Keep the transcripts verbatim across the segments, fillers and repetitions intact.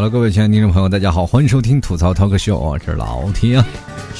了，各位亲爱的听众朋友，大家好，欢迎收听吐槽 Talk Show， 我是老 T 啊。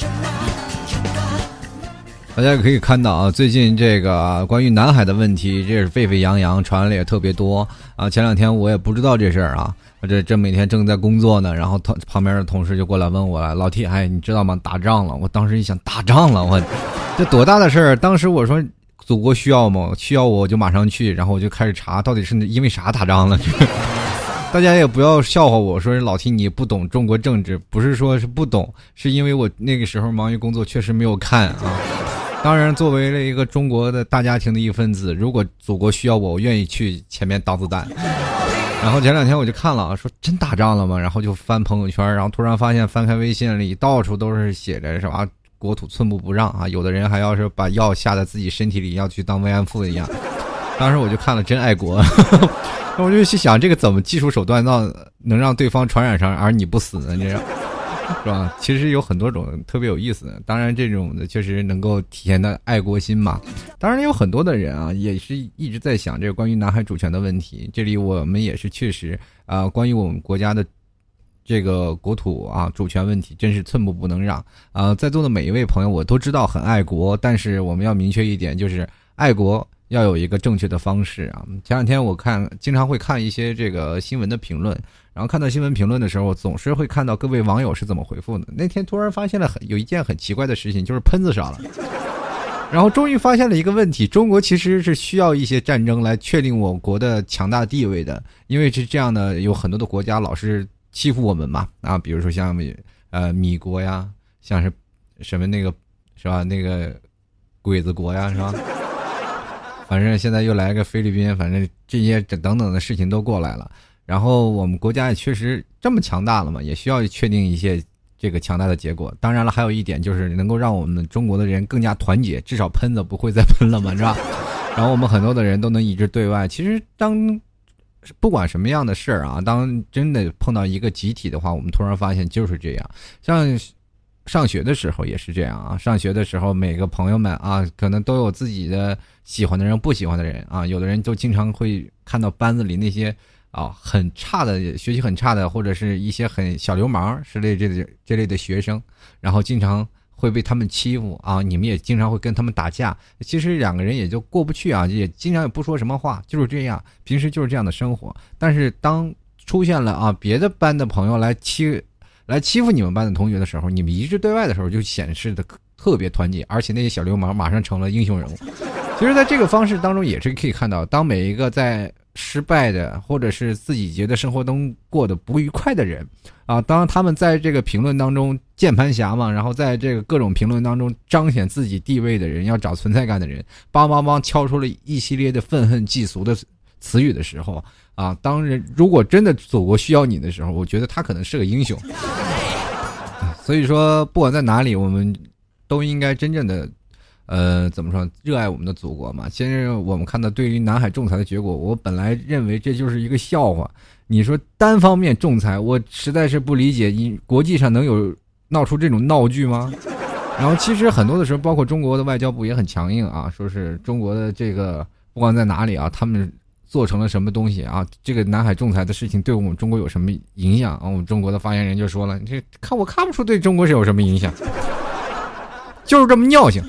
大家可以看到啊，最近这个关于南海的问题，这是沸沸扬扬，传的也特别多啊。前两天我也不知道这事儿啊，这这每天正在工作呢，然后他旁边的同事就过来问我了，老 T， 哎，你知道吗？打仗了！我当时一想，打仗了，我这多大的事儿？当时我说，祖国需要吗？需要我我就马上去，然后我就开始查，到底是因为啥打仗了？大家也不要笑话我说老 T 你不懂中国政治，不是说是不懂，是因为我那个时候忙于工作，确实没有看啊。当然作为了一个中国的大家庭的一份子，如果祖国需要我，我愿意去前面当子弹。然后前两天我就看了，说真打仗了吗？然后就翻朋友圈，然后突然发现翻开微信里到处都是写着什么国土寸步不让啊，有的人还要是把药下在自己身体里要去当慰安妇一样。当时我就看了，真爱国。那我就去想，这个怎么技术手段到能让对方传染上而你不死呢？这样是吧？其实有很多种特别有意思的，当然这种的确实能够体现的爱国心嘛。当然有很多的人啊，也是一直在想这个关于南海主权的问题。这里我们也是确实啊、呃，关于我们国家的这个国土啊主权问题，真是寸步不能让啊、呃！在座的每一位朋友，我都知道很爱国，但是我们要明确一点，就是爱国要有一个正确的方式啊！前两天我看经常会看一些这个新闻的评论，然后看到新闻评论的时候，总是会看到各位网友是怎么回复的。那天突然发现了很有一件很奇怪的事情，就是喷子少了。然后终于发现了一个问题，中国其实是需要一些战争来确定我国的强大地位的，因为是这样的，有很多的国家老是欺负我们嘛啊，比如说像呃米国呀，像是什么那个是吧，那个鬼子国呀是吧？反正现在又来个菲律宾，反正这些等等的事情都过来了。然后我们国家也确实这么强大了嘛，也需要确定一些这个强大的结果。当然了，还有一点就是能够让我们中国的人更加团结，至少喷子不会再喷了嘛，是吧？然后我们很多的人都能一致对外。其实当不管什么样的事儿啊，当真的碰到一个集体的话，我们突然发现就是这样。像上学的时候也是这样啊，上学的时候每个朋友们啊，可能都有自己的喜欢的人不喜欢的人啊，有的人就经常会看到班子里那些啊很差的学习很差的，或者是一些很小流氓之类这类这类的学生，然后经常会被他们欺负啊，你们也经常会跟他们打架，其实两个人也就过不去啊，也经常也不说什么话，就是这样，平时就是这样的生活。但是当出现了啊别的班的朋友来欺来欺负你们班的同学的时候，你们一致对外的时候，就显示的特别团结，而且那些小流氓马上成了英雄人物。其实在这个方式当中也是可以看到，当每一个在失败的或者是自己觉得生活中过得不愉快的人啊，当他们在这个评论当中键盘侠嘛，然后在这个各种评论当中彰显自己地位的人，要找存在感的人，梆梆梆敲出了一系列的愤恨祭俗的词语的时候啊，当人如果真的祖国需要你的时候，我觉得他可能是个英雄。所以说不管在哪里，我们都应该真正的呃，怎么说，热爱我们的祖国嘛。现在我们看到对于南海仲裁的结果，我本来认为这就是一个笑话。你说单方面仲裁，我实在是不理解，你国际上能有闹出这种闹剧吗？然后其实很多的时候，包括中国的外交部也很强硬啊，说是中国的这个不管在哪里啊，他们做成了什么东西啊，这个南海仲裁的事情对我们中国有什么影响啊？我们中国的发言人就说了，这看我看不出对中国是有什么影响，就是这么尿性。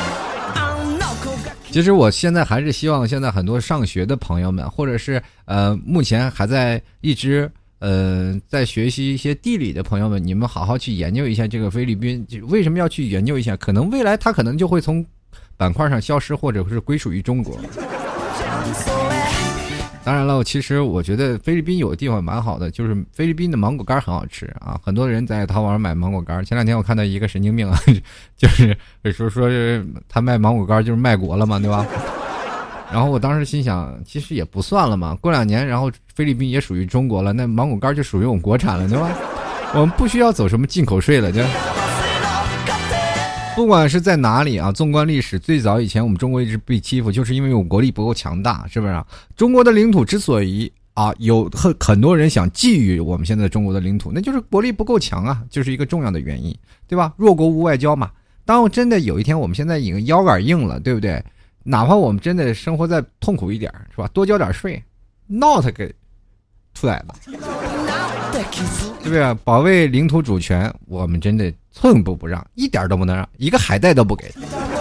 其实我现在还是希望现在很多上学的朋友们，或者是呃目前还在一直呃在学习一些地理的朋友们，你们好好去研究一下这个菲律宾，为什么要去研究一下？可能未来它可能就会从板块上消失，或者是归属于中国。当然了，其实我觉得菲律宾有的地方蛮好的，就是菲律宾的芒果干很好吃啊，很多人在淘宝上买芒果干。前两天我看到一个神经病啊，就是说说他卖芒果干就是卖国了嘛，对吧？然后我当时心想，其实也不算了嘛，过两年然后菲律宾也属于中国了，那芒果干就属于我们国产了，对吧？我们不需要走什么进口税了，就不管是在哪里啊，纵观历史，最早以前我们中国一直被欺负，就是因为我们国力不够强大，是不是啊？中国的领土之所以啊有很很多人想觊觎我们现在中国的领土，那就是国力不够强啊，就是一个重要的原因，对吧？弱国无外交嘛。当真的有一天我们现在已经腰杆硬了，对不对？哪怕我们真的生活在痛苦一点，是吧？多交点税，闹他个出来了。 对不对？保卫领土主权，我们真的寸步不让，一点都不能让，一个海带都不给。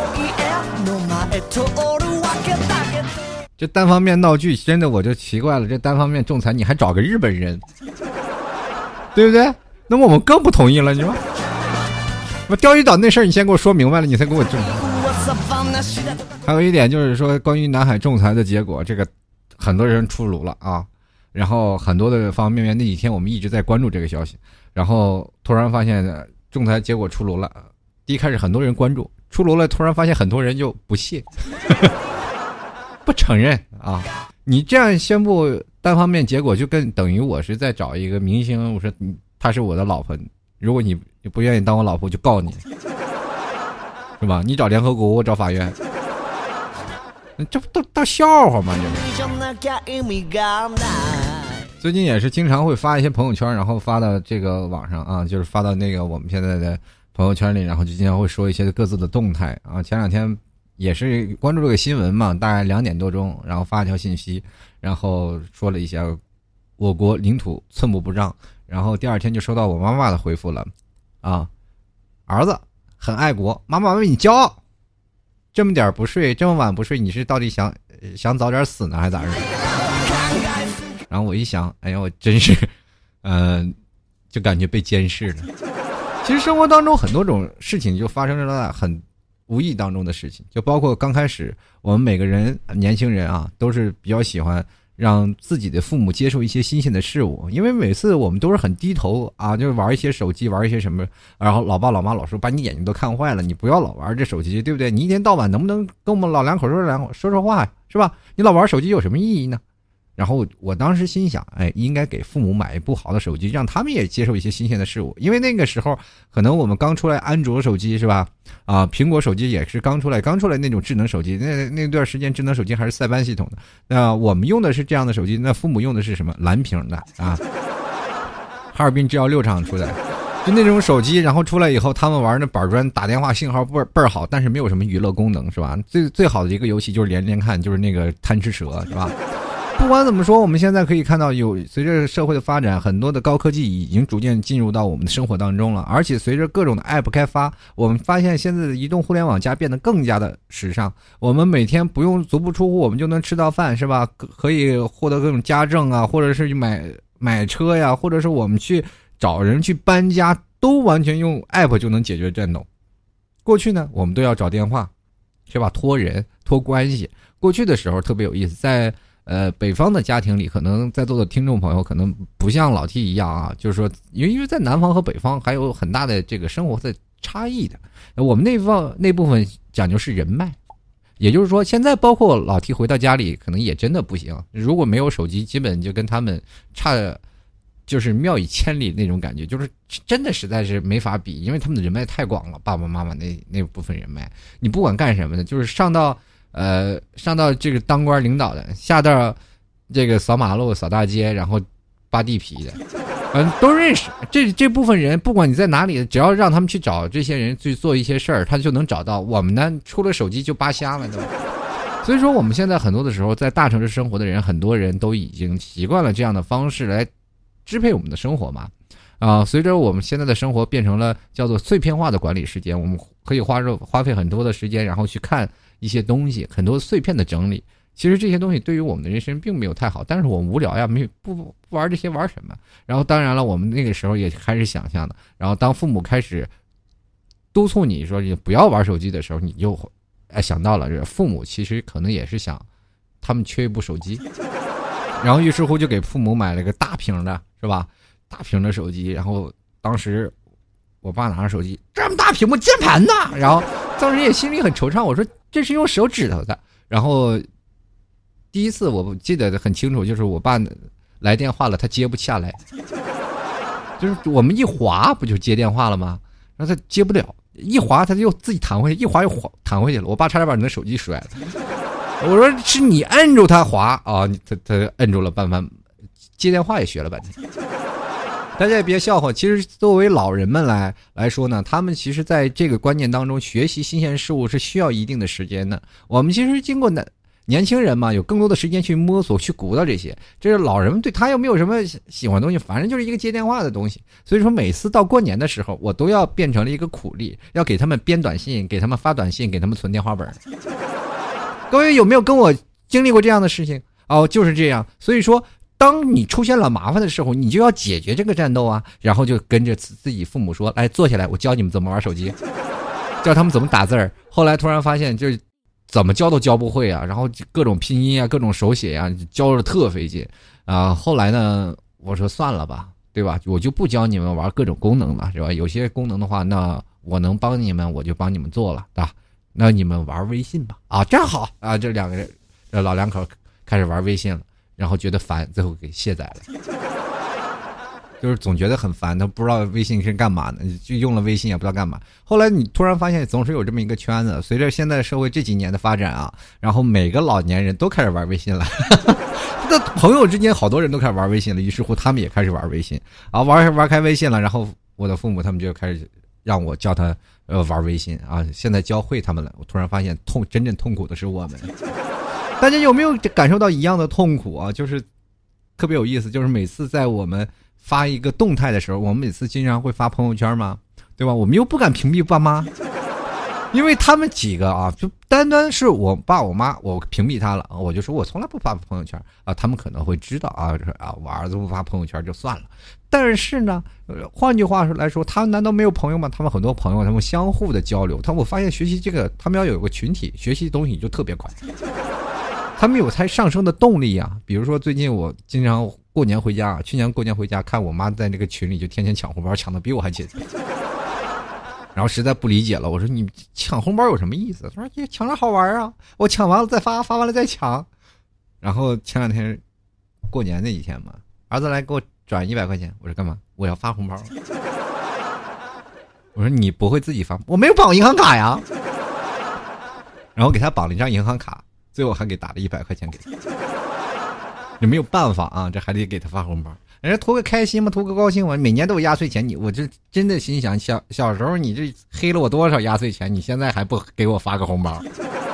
这单方面闹剧，真的我就奇怪了，这单方面仲裁你还找个日本人，对不对？那么我们更不同意了，你说我钓鱼岛那事儿你先给我说明白了，你才给我证。还有一点就是说，关于南海仲裁的结果，这个很多人出炉了啊，然后很多的方方面面，那几天我们一直在关注这个消息，然后突然发现仲裁结果出炉了。第一开始很多人关注，出炉了，突然发现很多人就不屑，不承认啊！你这样宣布单方面结果，就跟等于我是在找一个明星，我说她是我的老婆，如果你不愿意当我老婆，就告你，是吧？你找联合国，我找法院，这不都当笑话吗？这最近也是经常会发一些朋友圈，然后发到这个网上啊，就是发到那个我们现在的朋友圈里，然后就经常会说一些各自的动态啊。前两天也是关注这个新闻嘛，大概两点多钟，然后发一条信息，然后说了一下我国领土寸步不让，然后第二天就收到我妈妈的回复了，啊，儿子很爱国，妈妈为你骄傲。这么点不睡，这么晚不睡，你是到底想想早点死呢，还是咋着？然后我一想，哎呀，我真是，嗯、呃，就感觉被监视了。其实生活当中很多种事情就发生了很无意当中的事情，就包括刚开始我们每个人年轻人啊，都是比较喜欢让自己的父母接受一些新鲜的事物，因为每次我们都是很低头啊，就是玩一些手机，玩一些什么，然后老爸老妈老说把你眼睛都看坏了，你不要老玩这手机，对不对？你一天到晚能不能跟我们老两口说两说说话，是吧？你老玩手机有什么意义呢？然后我当时心想，哎，应该给父母买一部好的手机，让他们也接受一些新鲜的事物。因为那个时候，可能我们刚出来安卓手机是吧？啊，苹果手机也是刚出来，刚出来那种智能手机。那那段时间智能手机还是塞班系统的。那我们用的是这样的手机，那父母用的是什么蓝屏的啊？哈尔滨制药六厂出的，就那种手机，然后出来以后，他们玩那板砖打电话信号倍儿倍儿好，但是没有什么娱乐功能是吧？最最好的一个游戏就是连连看，就是那个贪吃蛇是吧？不管怎么说，我们现在可以看到，有随着社会的发展，很多的高科技已经逐渐进入到我们的生活当中了。而且随着各种的 app 开发，我们发现现在的移动互联网加变得更加的时尚。我们每天不用足不出户，我们就能吃到饭，是吧？可以获得各种家政啊，或者是买买车呀，或者是我们去找人去搬家，都完全用 app 就能解决战斗。过去呢，我们都要找电话，是吧？托人托关系。过去的时候特别有意思，在呃，北方的家庭里，可能在座的听众朋友可能不像老 T 一样啊，就是说，因为因为在南方和北方还有很大的这个生活的差异的。我们那方那部分讲究是人脉，也就是说，现在包括老 T 回到家里，可能也真的不行。如果没有手机，基本就跟他们差，就是妙以千里那种感觉，就是真的实在是没法比，因为他们的人脉太广了，爸爸妈妈那那部分人脉，你不管干什么的，就是上到。呃，上到这个当官领导的，下到这个扫马路、扫大街，然后扒地皮的，嗯、呃，都认识。这这部分人，不管你在哪里，只要让他们去找这些人去做一些事儿，他就能找到。我们呢，出了手机就扒瞎了，对吧？所以说，我们现在很多的时候，在大城市生活的人，很多人都已经习惯了这样的方式来支配我们的生活嘛。啊，随着我们现在的生活变成了叫做碎片化的管理时间，我们可以花花费很多的时间，然后去看一些东西，很多碎片的整理。其实这些东西对于我们的人生并没有太好，但是我们无聊呀，没不不玩这些玩什么？然后当然了，我们那个时候也开始想象的。然后当父母开始督促你说你不要玩手机的时候，你就哎想到了，父母其实可能也是想，他们缺一部手机，然后于是乎就给父母买了个大屏的，是吧？大屏的手机，然后当时我爸拿着手机，这么大屏幕键盘呢，然后当时也心里很惆怅，我说这是用手指头的。然后第一次我记得很清楚，就是我爸来电话了，他接不下来，就是我们一滑不就接电话了吗？然后他接不了，一滑他就自己弹回去，一滑又滑弹回去了，我爸差点把你的手机摔了。我说是你摁住他滑啊，他他摁住了，办法接电话也学了半天。大家也别笑话，其实作为老人们来来说呢，他们其实在这个观念当中，学习新鲜事物是需要一定的时间的。我们其实经过年轻人嘛，有更多的时间去摸索去鼓捣这些，这是老人对他又没有什么喜欢的东西，反正就是一个接电话的东西。所以说每次到过年的时候，我都要变成了一个苦力，要给他们编短信，给他们发短信，给他们存电话本。各位有没有跟我经历过这样的事情？哦，就是这样。所以说当你出现了麻烦的时候，你就要解决这个战斗啊，然后就跟着自己父母说，来坐下来，我教你们怎么玩手机，教他们怎么打字儿。后来突然发现就是怎么教都教不会啊，然后各种拼音啊，各种手写啊，教的特费劲啊。后来呢，我说算了吧，对吧？我就不教你们玩各种功能了，是吧？有些功能的话，那我能帮你们，我就帮你们做了，对吧？那你们玩微信吧，啊，这样好啊。这两个人，这老两口开始玩微信了，然后觉得烦，最后给卸载了。就是总觉得很烦，他不知道微信是干嘛的，就用了微信也不知道干嘛。后来你突然发现总是有这么一个圈子，随着现在社会这几年的发展啊，然后每个老年人都开始玩微信了。他的朋友之间好多人都开始玩微信了，于是乎他们也开始玩微信啊，玩玩开微信了，然后我的父母他们就开始让我教他呃玩微信啊，现在教会他们了。我突然发现痛真正痛苦的是我们。大家有没有感受到一样的痛苦啊？就是特别有意思，就是每次在我们发一个动态的时候，我们每次经常会发朋友圈嘛，对吧？我们又不敢屏蔽爸妈，因为他们几个啊，就单单是我爸我妈，我屏蔽他了，我就说我从来不发朋友圈啊，他们可能会知道啊，啊，我儿子不发朋友圈就算了。但是呢，换句话说来说，他们难道没有朋友吗？他们很多朋友，他们相互的交流，他们我发现学习这个，他们要有个群体，学习东西就特别快。他们有才上升的动力啊！比如说最近我经常过年回家，去年过年回家看我妈在那个群里就天天抢红包，抢的比我还勤。然后实在不理解了，我说你抢红包有什么意思？他说抢着好玩啊，我抢完了再发，发完了再抢。然后前两天过年那几天嘛，儿子来给我转一百块钱，我说干嘛？我要发红包。我说你不会自己发？我没有绑银行卡呀。然后给他绑了一张银行卡。最后还给打了一百块钱给他，也没有办法啊，这还得给他发红包，人家图个开心嘛，图个高兴嘛，每年都有压岁钱，你我这真的心想，小小时候你这黑了我多少压岁钱，你现在还不给我发个红包，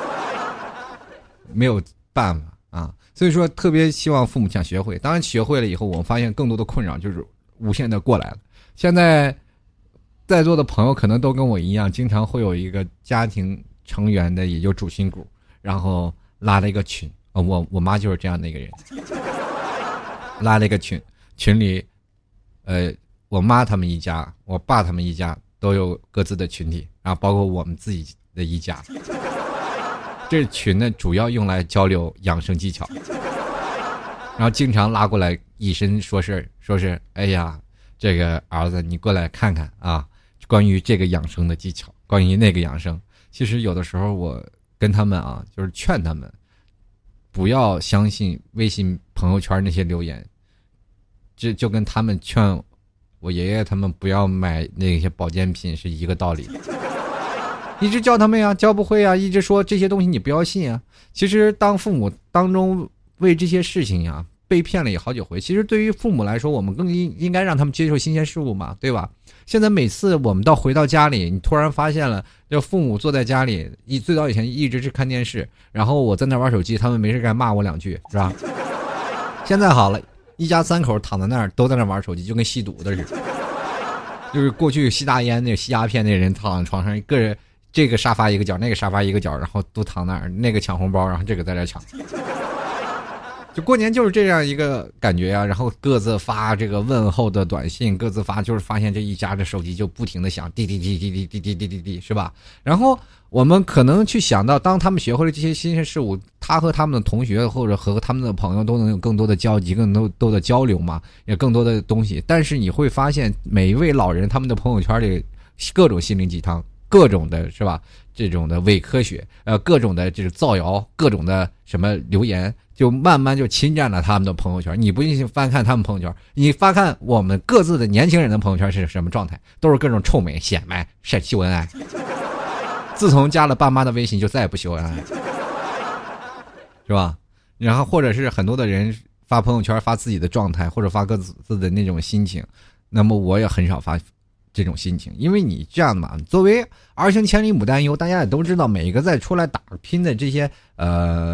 没有办法啊，所以说特别希望父母想学会，当然学会了以后，我们发现更多的困扰就是无限的过来了。现在在座的朋友可能都跟我一样，经常会有一个家庭成员的，也就主心骨，然后拉了一个群，呃、我我妈就是这样的一个人，拉了一个群，群里，呃，我妈他们一家，我爸他们一家都有各自的群体，然后包括我们自己的一家。这群呢，主要用来交流养生技巧，然后经常拉过来以身说事，说是，哎呀，这个儿子你过来看看啊，关于这个养生的技巧，关于那个养生，其实有的时候我跟他们啊，就是劝他们不要相信微信朋友圈那些留言，这就跟他们劝我爷爷他们不要买那些保健品是一个道理。一直教他们呀，教不会啊，一直说这些东西你不要信啊。其实当父母当中为这些事情呀被骗了也好几回，其实对于父母来说，我们更应应该让他们接受新鲜事物嘛，对吧？现在每次我们到回到家里，你突然发现了，就父母坐在家里，一最早以前一直是看电视，然后我在那玩手机，他们没事干骂我两句，是吧？现在好了，一家三口躺在那儿都在那玩手机，就跟吸毒的似的。就是过去吸大烟那个吸鸦片那人躺在床上，一个人这个沙发一个角，那个沙发一个角，然后都躺那儿，那个抢红包，然后这个在这抢。就过年就是这样一个感觉呀，然后各自发这个问候的短信，各自发，就是发现这一家的手机就不停的响，滴滴滴滴滴滴滴滴滴滴，是吧？然后我们可能去想到，当他们学会了这些新鲜事物，他和他们的同学或者和他们的朋友都能有更多的交集，更多多的交流嘛，也更多的东西。但是你会发现，每一位老人他们的朋友圈里各种心灵鸡汤，各种的是吧？这种的伪科学，呃，各种的就是造谣，各种的什么留言，就慢慢就侵占了他们的朋友圈。你不信翻看他们朋友圈，你翻看我们各自的年轻人的朋友圈是什么状态，都是各种臭美、显摆、晒秀恩爱。自从加了爸妈的微信，就再也不秀恩爱，是吧？然后或者是很多的人发朋友圈发自己的状态，或者发各自的那种心情，那么我也很少发这种心情，因为你这样嘛，作为儿行千里母担忧，大家也都知道，每一个在出来打拼的这些呃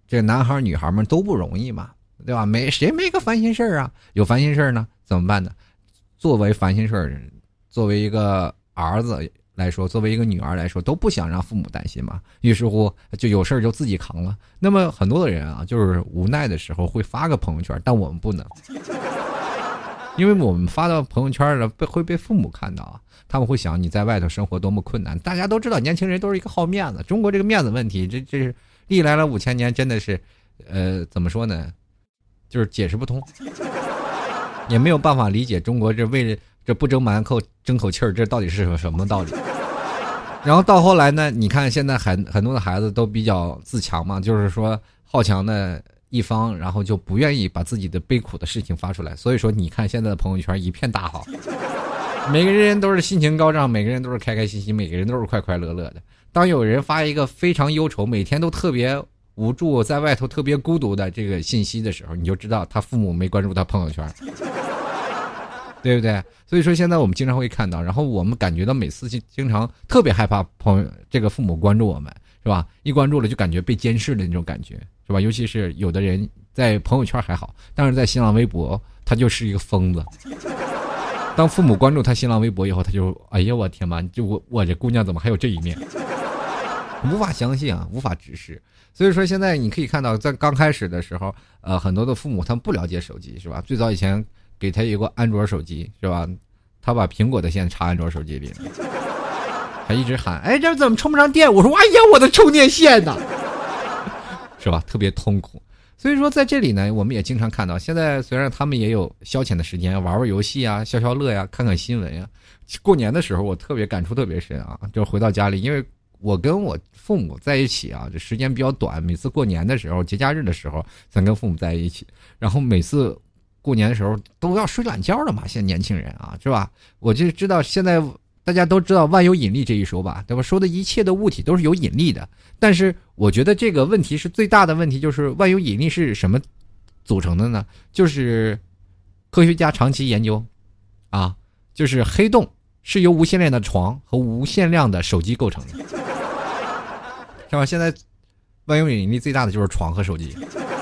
这男孩女孩们都不容易嘛，对吧？没谁没个烦心事儿啊，有烦心事儿呢怎么办呢？作为烦心事儿，作为一个儿子来说，作为一个女儿来说，都不想让父母担心嘛。于是乎，就有事儿就自己扛了。那么很多的人啊，就是无奈的时候会发个朋友圈，但我们不能，因为我们发到朋友圈了被会被父母看到啊，他们会想你在外头生活多么困难。大家都知道，年轻人都是一个好面子，中国这个面子问题，这这是历来了五千年，真的是，呃，怎么说呢，就是解释不通，也没有办法理解中国这为了。这不争馒头争口气儿，这到底是什么道理？然后到后来呢，你看现在很很多的孩子都比较自强嘛，就是说好强的一方，然后就不愿意把自己的悲苦的事情发出来。所以说，你看现在的朋友圈一片大好，每个人都是心情高涨，每个人都是开开心心，每个人都是快快乐乐的。当有人发一个非常忧愁，每天都特别无助，在外头特别孤独的这个信息的时候，你就知道他父母没关注他朋友圈。对不对？所以说现在我们经常会看到，然后我们感觉到每次经常特别害怕朋友这个父母关注我们，是吧？一关注了就感觉被监视的那种感觉，是吧？尤其是有的人在朋友圈还好，但是在新浪微博他就是一个疯子。当父母关注他新浪微博以后，他就哎呀我天妈，就我我这姑娘怎么还有这一面？无法相信啊，无法直视。所以说现在你可以看到，在刚开始的时候，呃，很多的父母他们不了解手机，是吧？最早以前。给他一个安卓手机是吧？他把苹果的线插安卓手机里了，还一直喊：“哎，这怎么充不上电？”我说：“哎呀，我的充电线呢？”是吧？特别痛苦。所以说在这里呢，我们也经常看到，现在虽然他们也有消遣的时间，玩玩游戏啊，消消乐呀、啊，看看新闻呀、啊。过年的时候，我特别感触特别深啊，就回到家里，因为我跟我父母在一起啊，这时间比较短，每次过年的时候、节假日的时候才跟父母在一起，然后每次。过年的时候都要睡懒觉了嘛，现在年轻人啊，是吧？我就知道现在大家都知道万有引力这一说吧，对吧？说的一切的物体都是有引力的，但是我觉得这个问题是最大的问题，就是万有引力是什么组成的呢？就是科学家长期研究啊，就是黑洞是由无限量的床和无限量的手机构成的，是吧？现在万有引力最大的就是床和手机，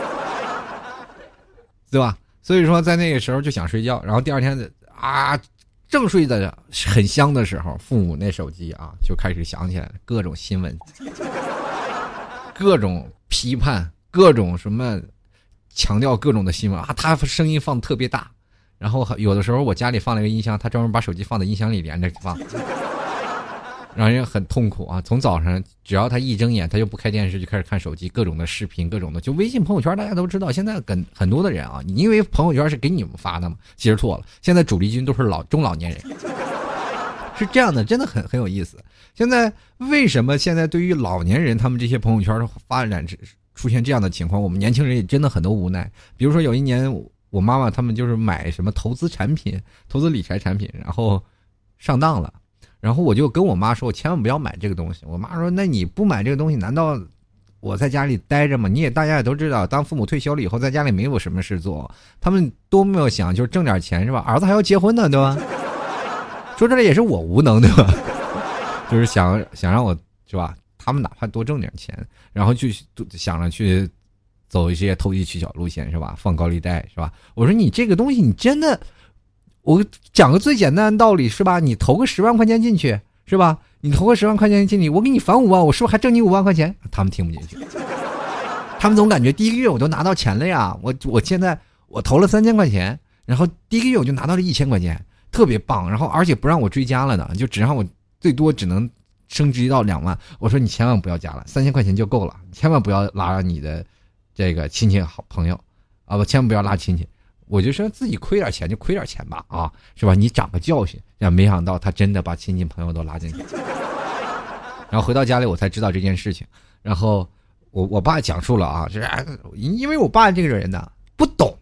对吧？所以说在那个时候就想睡觉，然后第二天啊正睡的很香的时候，父母那手机啊就开始响起来了，各种新闻，各种批判，各种什么强调各种的新闻啊，他声音放特别大，然后有的时候我家里放了一个音箱，他专门把手机放在音箱里连着放，让人很痛苦啊！从早上只要他一睁眼，他就不开电视，就开始看手机，各种的视频，各种的就微信朋友圈，大家都知道，现在很很多的人啊，你因为朋友圈是给你们发的嘛，其实错了，现在主力军都是老中老年人，是这样的，真的很很有意思。现在为什么现在对于老年人他们这些朋友圈发展出现这样的情况，我们年轻人也真的很多无奈。比如说有一年我妈妈他们就是买什么投资产品、投资理财产品，然后上当了。然后我就跟我妈说，我千万不要买这个东西。我妈说，那你不买这个东西，难道我在家里待着吗？你也大家也都知道，当父母退休了以后，在家里没有什么事做，他们都没有想就是挣点钱是吧？儿子还要结婚呢，对吧？说这里也是我无能，对吧？就是想想让我是吧？他们哪怕多挣点钱，然后去想着去走一些投机取巧路线是吧？放高利贷是吧？我说你这个东西你真的。我讲个最简单的道理是吧？你投个十万块钱进去是吧？你投个十万块钱进去，我给你返五万，我是不是还挣你五万块钱？他们听不进去，他们总感觉第一个月我都拿到钱了呀，我我现在我投了三千块钱，然后第一个月我就拿到了一千块钱，特别棒，然后而且不让我追加了呢，就只让我最多只能升级到两万。我说你千万不要加了，三千块钱就够了，千万不要拉你的这个亲戚好朋友啊，不，千万不要拉亲戚。我就说自己亏点钱就亏点钱吧，啊，是吧？你长个教训。然后没想到他真的把亲戚朋友都拉进去。然后回到家里我才知道这件事情。然后我我爸讲述了啊，是因为我爸这个人呢不懂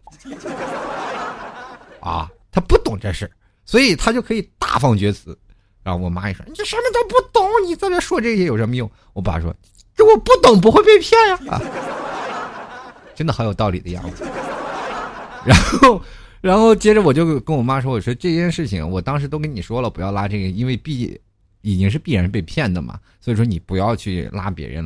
啊，他不懂这事，所以他就可以大放厥词。然后我妈也说：“你什么都不懂，你在这说这些有什么用？”我爸说：“这我不懂不会被骗呀！”啊，真的好有道理的样子。然后，然后接着我就跟我妈说：“我说这件事情，我当时都跟你说了，不要拉这个，因为必已经是必然被骗的嘛，所以说你不要去拉别人了。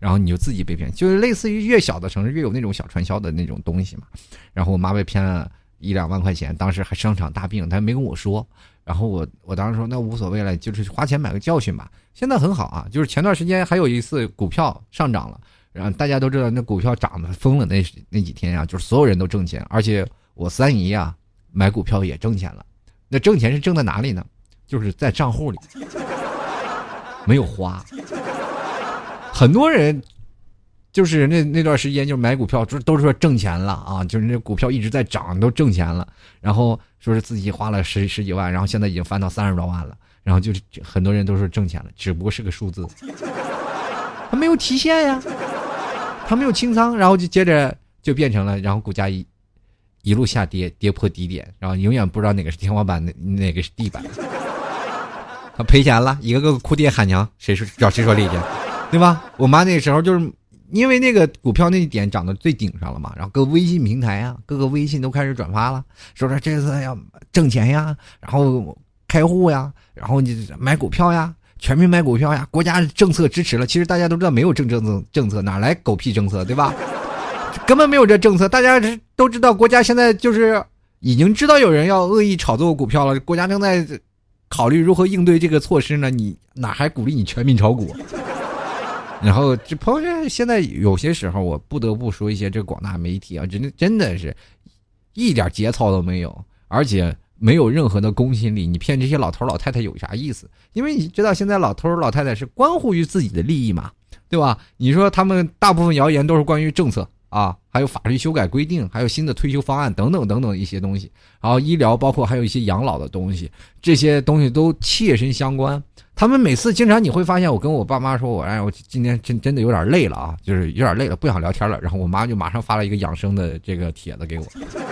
然后你就自己被骗，就是类似于越小的城市越有那种小传销的那种东西嘛。然后我妈被骗了一两万块钱，当时还生场大病，她没跟我说。然后我我当时说那无所谓了，就是花钱买个教训吧。现在很好啊，就是前段时间还有一次股票上涨了，然后大家都知道那股票涨得疯了，那那几天啊，就是所有人都挣钱，而且我三姨啊买股票也挣钱了。那挣钱是挣在哪里呢？就是在账户里，没有花。很多人就是那那段时间就买股票，就都是说挣钱了啊，就是那股票一直在涨，都挣钱了。然后说是自己花了十十几万，然后现在已经翻到三十多万了。然后就是很多人都说挣钱了，只不过是个数字，他没有提现呀，他没有清仓，然后就接着就变成了，然后股价一一路下跌，跌破低点，然后永远不知道哪个是天花板，哪哪个是地板。他赔钱了，一个个哭爹喊娘，谁说找谁说理去，对吧？我妈那时候就是因为那个股票那一点涨到最顶上了嘛，然后各微信平台啊，各个微信都开始转发了，说说这次要挣钱呀，然后开户呀，然后你买股票呀，全民买股票呀，国家政策支持了。其实大家都知道没有政政政策，哪来狗屁政策，对吧？根本没有这政策，大家都知道国家现在就是已经知道有人要恶意炒作股票了，国家正在考虑如何应对这个措施呢，你哪还鼓励你全民炒股？然后这朋友现在有些时候我不得不说一些这广大媒体啊，真的真的是一点节操都没有，而且没有任何的公信力。你骗这些老头老太太有啥意思？因为你知道现在老头老太太是关乎于自己的利益嘛，对吧？你说他们大部分谣言都是关于政策啊，还有法律修改规定，还有新的退休方案等等等等一些东西，然后医疗包括还有一些养老的东西，这些东西都切身相关。他们每次经常你会发现，我跟我爸妈说，我哎，我今天真真的有点累了啊，就是有点累了，不想聊天了。然后我妈就马上发了一个养生的这个帖子给我，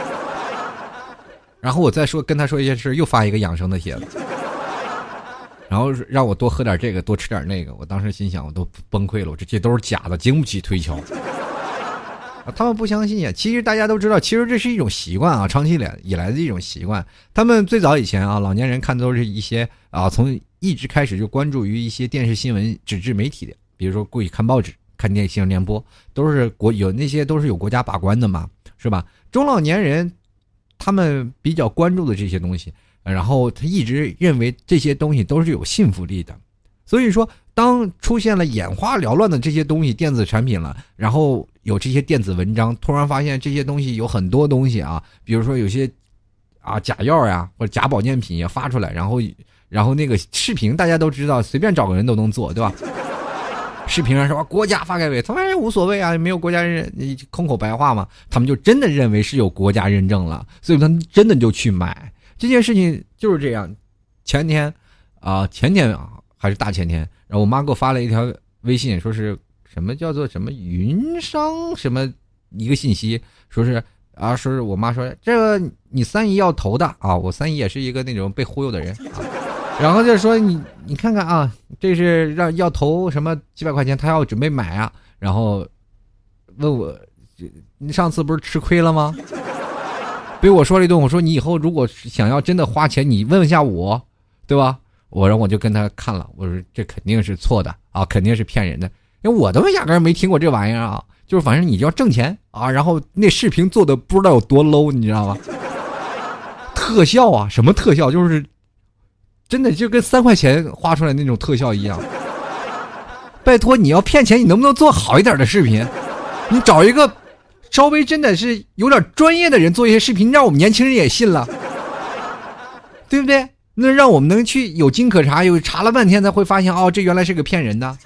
然后我再说跟他说一些事，又发一个养生的帖子，然后让我多喝点这个，多吃点那个。我当时心想，我都崩溃了，我这些都是假的，经不起推敲。他们不相信呀，其实大家都知道，其实这是一种习惯啊，长期以来的一种习惯。他们最早以前啊，老年人看的都是一些啊，从一直开始就关注于一些电视新闻纸质媒体的，比如说过去看报纸、看电视新闻联播，都是国有那些都是有国家把关的嘛，是吧？中老年人他们比较关注的这些东西，然后他一直认为这些东西都是有信服力的，所以说当出现了眼花缭乱的这些东西电子产品了，然后有这些电子文章，突然发现这些东西有很多东西啊，比如说有些啊假药呀或者假保健品也发出来，然后然后那个视频大家都知道，随便找个人都能做，对吧？视频上说国家发改委，他们无所谓啊，没有国家认，空口白话嘛，他们就真的认为是有国家认证了，所以他们真的就去买这件事情。就是这样，前天啊、呃，前天啊还是大前天，然后我妈给我发了一条微信，说是什么叫做什么云商什么一个信息，说是啊，说是我妈说这个你三姨要投的啊，我三姨也是一个那种被忽悠的人啊，然后就说你你看看啊，这是让要投什么几百块钱，他要准备买啊，然后问我你上次不是吃亏了吗？被我说了一顿，我说你以后如果想要真的花钱，你问一下我，对吧？我然后我就跟他看了，我说这肯定是错的啊，肯定是骗人的，因为我他妈压根没听过这玩意儿啊，就是反正你就要挣钱啊，然后那视频做的不知道有多 low， 你知道吗？特效啊，什么特效，就是真的就跟三块钱花出来那种特效一样。拜托，你要骗钱，你能不能做好一点的视频？你找一个稍微真的是有点专业的人做一些视频，让我们年轻人也信了，对不对？那让我们能去有经可查，有查了半天才会发现，哦，这原来是个骗人的。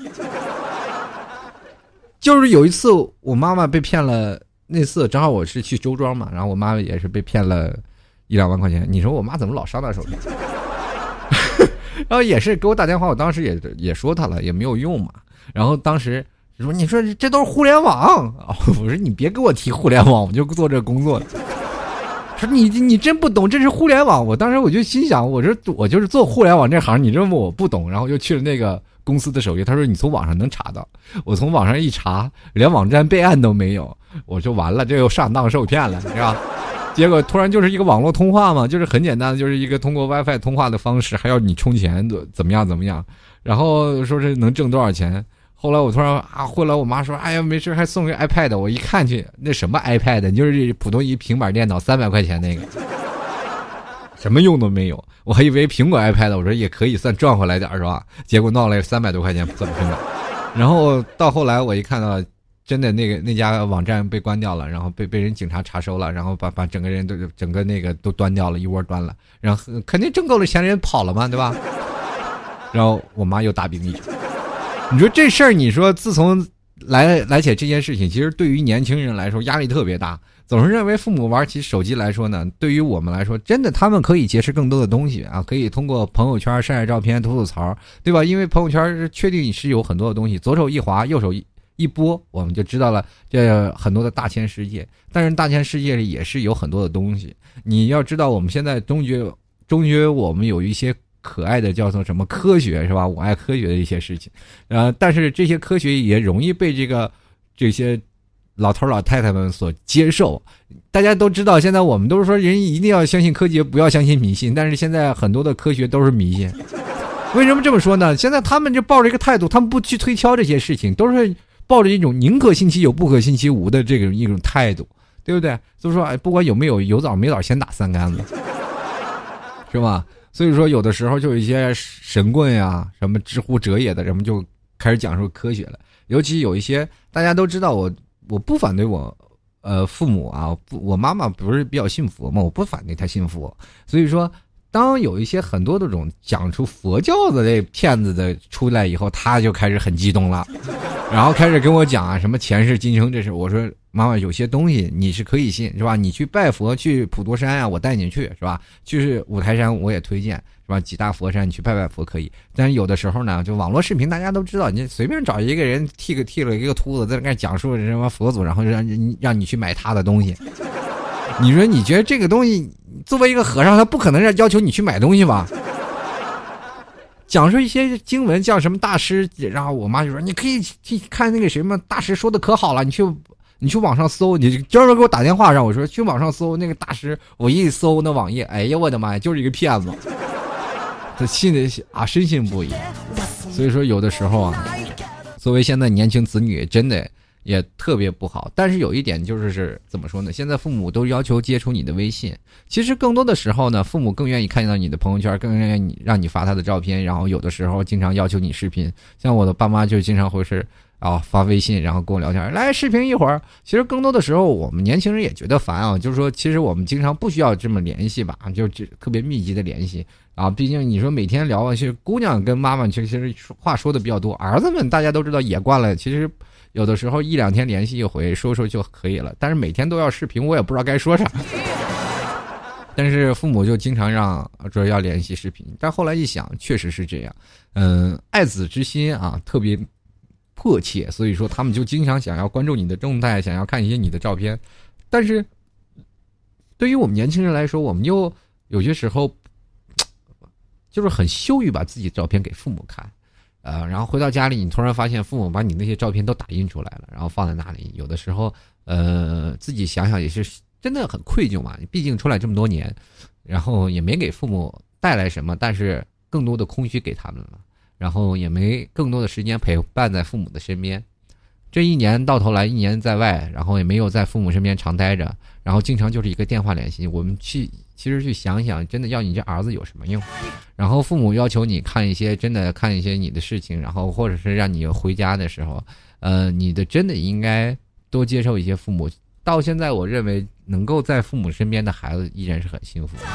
就是有一次我妈妈被骗了，那次正好我是去周庄嘛，然后我妈妈也是被骗了一两万块钱。你说我妈怎么老上那手里？然后也是给我打电话，我当时也也说她了，也没有用嘛。然后当时说你说这都是互联网，我说你别给我提互联网，我就做这工作的。说你你真不懂，这是互联网。我当时我就心想，我说我就是做互联网这行，你认为我不懂？然后就去了那个公司的首页，他说你从网上能查到。我从网上一查，连网站备案都没有，我就完了，这又上当受骗了，是吧？结果突然就是一个网络通话嘛，就是很简单的，就是一个通过 WiFi 通话的方式，还要你充钱，怎么样怎么样，然后说是能挣多少钱。 后来我突然啊，后来我妈说，哎呀，没事，还送个 iPad。我一看去，那什么 iPad， 就是普通一平板电脑，三百块钱那个，什么用都没有。我还以为苹果 iPad， 我说也可以算赚回来点是吧？结果闹了三百多块钱算平板。然后到后来我一看到，真的那个那家网站被关掉了，然后被被人警察查收了，然后把把整个人都整个那个都端掉了，一窝端了，然后肯定挣够了钱的人跑了嘛，对吧？然后我妈又大病一场。你说这事儿，你说自从来来起这件事情，其实对于年轻人来说压力特别大，总是认为父母玩起手机来说呢，对于我们来说，真的他们可以结识更多的东西啊，可以通过朋友圈晒晒照片、吐吐槽，对吧？因为朋友圈是确定是有很多的东西，左手一滑，右手一一拨，我们就知道了这很多的大千世界。但是大千世界里也是有很多的东西，你要知道，我们现在中学中学我们有一些可爱的叫做什么科学是吧？我爱科学的一些事情，呃，但是这些科学也容易被这个这些老头老太太们所接受。大家都知道，现在我们都是说人一定要相信科学，不要相信迷信，但是现在很多的科学都是迷信。为什么这么说呢？现在他们就抱着一个态度，他们不去推敲这些事情，都是抱着一种宁可信其有，不可信其无的这个一种态度，对不对？所以说，哎，不管有没有，有枣没枣先打三竿子，是吧？所以说，有的时候就有一些神棍呀，什么知乎者也的人们就开始讲述科学了。尤其有一些大家都知道我，我不反对我，呃，父母啊，我妈妈不是比较信佛嘛，我不反对她信佛。所以说，当有一些很多这种讲出佛教的这骗子的出来以后，他就开始很激动了，然后开始跟我讲啊，什么前世今生这事。我说妈妈，有些东西你是可以信，是吧？你去拜佛，去普陀山啊，我带你去，是吧？去五台山我也推荐，是吧？几大佛山你去拜拜佛可以。但是有的时候呢，就网络视频大家都知道，你随便找一个人剃个剃了一个秃子，在那讲述什么佛祖，然后让让你去买他的东西。你说你觉得这个东西作为一个和尚，他不可能让要求你去买东西吧？讲述一些经文，叫什么大师，然后我妈就说你可以去看那个什么大师说的可好了，你去你去网上搜，你专门给我打电话让我说去网上搜那个大师，我一搜那网页，哎呀我的妈呀，就是一个骗子，他信的啊深信不疑。所以说有的时候啊，作为现在年轻子女真的也特别不好。但是有一点就是是怎么说呢？现在父母都要求接触你的微信，其实更多的时候呢，父母更愿意看到你的朋友圈，更愿意让你发他的照片，然后有的时候经常要求你视频。像我的爸妈就经常会是啊发微信，然后跟我聊天，来视频一会儿。其实更多的时候，我们年轻人也觉得烦啊，就是说，其实我们经常不需要这么联系吧，就特别密集的联系啊。毕竟你说每天聊啊，其实姑娘跟妈妈其实话说的比较多，儿子们大家都知道也惯了，其实。有的时候一两天联系一回说说就可以了，但是每天都要视频，我也不知道该说啥。但是父母就经常让说要联系视频，但后来一想，确实是这样。嗯，爱子之心啊，特别迫切，所以说他们就经常想要关注你的动态，想要看一些你的照片。但是对于我们年轻人来说，我们又有些时候就是很羞于把自己的照片给父母看。呃，然后回到家里，你突然发现父母把你那些照片都打印出来了，然后放在那里。有的时候，呃，自己想想也是真的很愧疚嘛。毕竟出来这么多年，然后也没给父母带来什么，但是更多的空虚给他们了，然后也没更多的时间陪伴在父母的身边。这一年到头来，一年在外，然后也没有在父母身边常待着，然后经常就是一个电话联系。我们去其实去想想，真的要你这儿子有什么用？然后父母要求你看一些真的看一些你的事情，然后或者是让你回家的时候，呃，你的真的应该多接受一些父母。到现在，我认为能够在父母身边的孩子依然是很幸福的。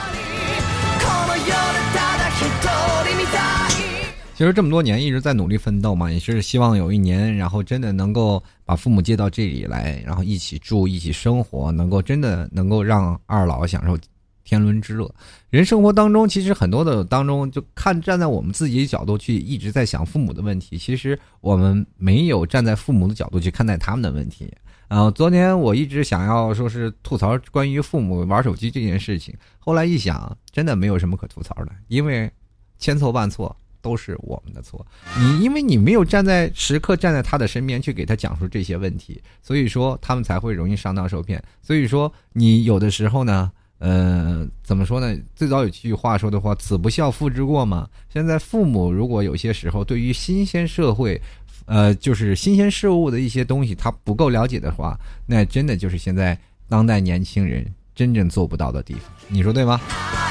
其实这么多年一直在努力奋斗嘛，也是希望有一年，然后真的能够把父母接到这里来，然后一起住，一起生活，能够真的能够让二老享受天伦之乐。人生活当中，其实很多的当中，就看站在我们自己的角度去一直在想父母的问题，其实我们没有站在父母的角度去看待他们的问题。呃，昨天我一直想要说是吐槽关于父母玩手机这件事情，后来一想，真的没有什么可吐槽的，因为千错万错都是我们的错。你因为你没有站在时刻站在他的身边去给他讲述这些问题，所以说他们才会容易上当受骗。所以说你有的时候呢，呃，怎么说呢？最早有句话说的话，子不孝父之过嘛。现在父母如果有些时候对于新鲜社会呃，就是新鲜事物的一些东西，他不够了解的话，那真的就是现在当代年轻人真正做不到的地方，你说对吗？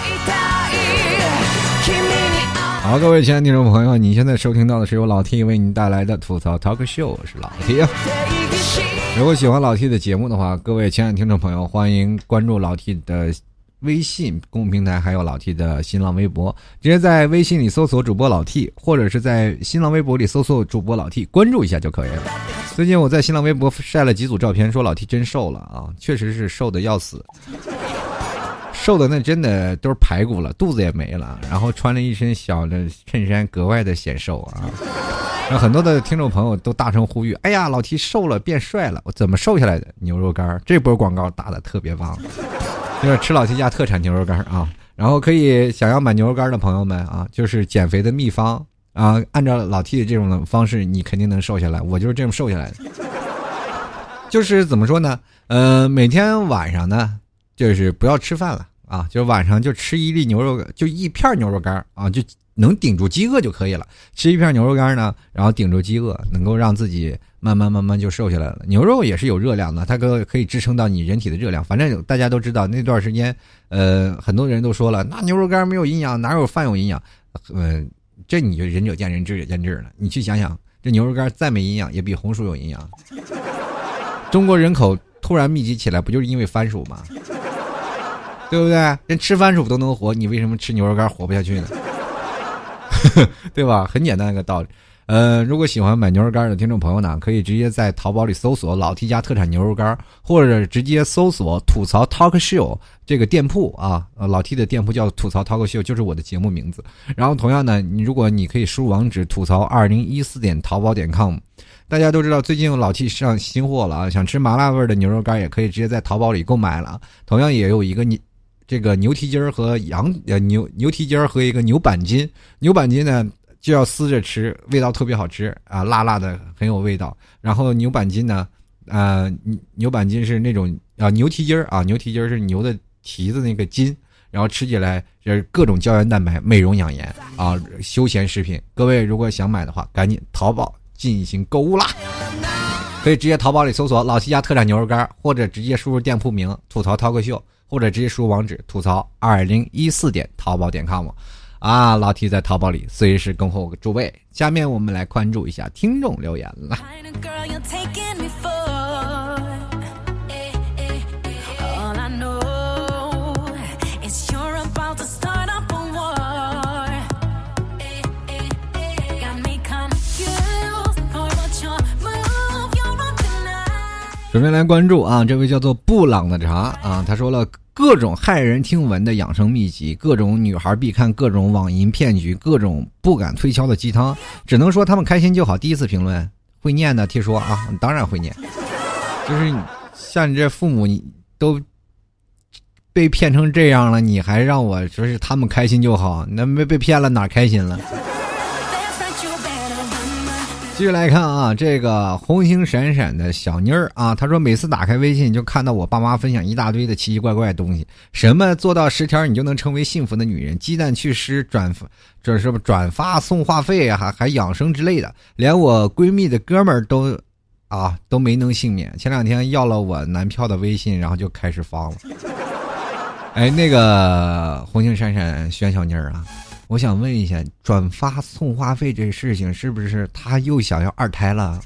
好，各位亲爱的听众朋友，你现在收听到的是由老 T 为您带来的吐槽 Talk Show， 我是老 T。如果喜欢老 T 的节目的话，各位亲爱的听众朋友，欢迎关注老 T 的微信公众平台，还有老 T 的新浪微博，直接在微信里搜索主播老 T， 或者是在新浪微博里搜索主播老 T， 关注一下就可以了。最近我在新浪微博晒了几组照片，说老 T 真瘦了啊，确实是瘦的要死。瘦的那真的都是排骨了，肚子也没了，然后穿了一身小的衬衫，格外的显瘦啊。然后很多的听众朋友都大声呼吁：“哎呀，老 T 瘦了，变帅了！我怎么瘦下来的？牛肉干，这波广告打的特别棒，就是吃老 T 家特产牛肉干啊。然后可以想要买牛肉干的朋友们啊，就是减肥的秘方啊，按照老 T 的这种方式，你肯定能瘦下来。我就是这么瘦下来的。就是怎么说呢？呃，每天晚上呢，就是不要吃饭了。”啊，就晚上就吃一粒牛肉，就一片牛肉干啊，就能顶住饥饿就可以了。吃一片牛肉干呢，然后顶住饥饿，能够让自己慢慢慢慢就瘦下来了。牛肉也是有热量的，它可可以支撑到你人体的热量。反正大家都知道那段时间，呃，很多人都说了，那牛肉干没有营养，哪有饭有营养？呃，这你就仁者见仁，智者见智了。你去想想，这牛肉干再没营养，也比红薯有营养。中国人口突然密集起来，不就是因为番薯吗？对不对？人吃番薯都能活，你为什么吃牛肉干活不下去呢？对吧？很简单的一个道理。呃，如果喜欢买牛肉干的听众朋友呢，可以直接在淘宝里搜索老 T 家特产牛肉干，或者直接搜索吐槽 Talk Show 这个店铺啊，老 T 的店铺叫吐槽 Talk Show， 就是我的节目名字。然后同样呢，你如果你可以输入网址吐槽二零一四点淘宝点 com。大家都知道最近老 T 上新货了啊，想吃麻辣味的牛肉干也可以直接在淘宝里购买了。同样也有一个你。这个牛蹄筋儿和羊呃牛牛蹄筋儿和一个牛板筋，牛板筋呢就要撕着吃，味道特别好吃啊，辣辣的很有味道。然后牛板筋呢，呃牛板筋是那种啊牛蹄筋儿啊，牛蹄筋儿是牛的蹄子那个筋，然后吃起来是各种胶原蛋白，美容养颜啊，休闲食品。各位如果想买的话，赶紧淘宝进行购物啦！可以直接淘宝里搜索老 T 家特产牛肉干，或者直接输入店铺名吐槽涛哥秀。或者直接输入网址吐槽二零一四点淘宝点 com 啊，老 T 在淘宝里随时恭候诸位。下面我们来关注一下听众留言了。首先来关注啊，这位叫做布朗的茶啊，他说了各种骇人听闻的养生秘籍，各种女孩必看，各种网银骗局，各种不敢推敲的鸡汤，只能说他们开心就好。第一次评论会念的听说啊，当然会念，就是像你这父母你都被骗成这样了，你还让我说是他们开心就好，那没被骗了哪开心了？继续来看啊，这个红星闪闪的小妮儿啊，她说每次打开微信就看到我爸妈分享一大堆的奇奇怪怪的东西，什么做到十条你就能成为幸福的女人，鸡蛋去湿转这是不转发送话费啊，还还养生之类的，连我闺蜜的哥们儿都啊都没能幸免。前两天要了我男票的微信，然后就开始发了。哎，那个红星闪闪宣小妮儿啊，我想问一下，转发送话费这事情是不是他又想要二胎了？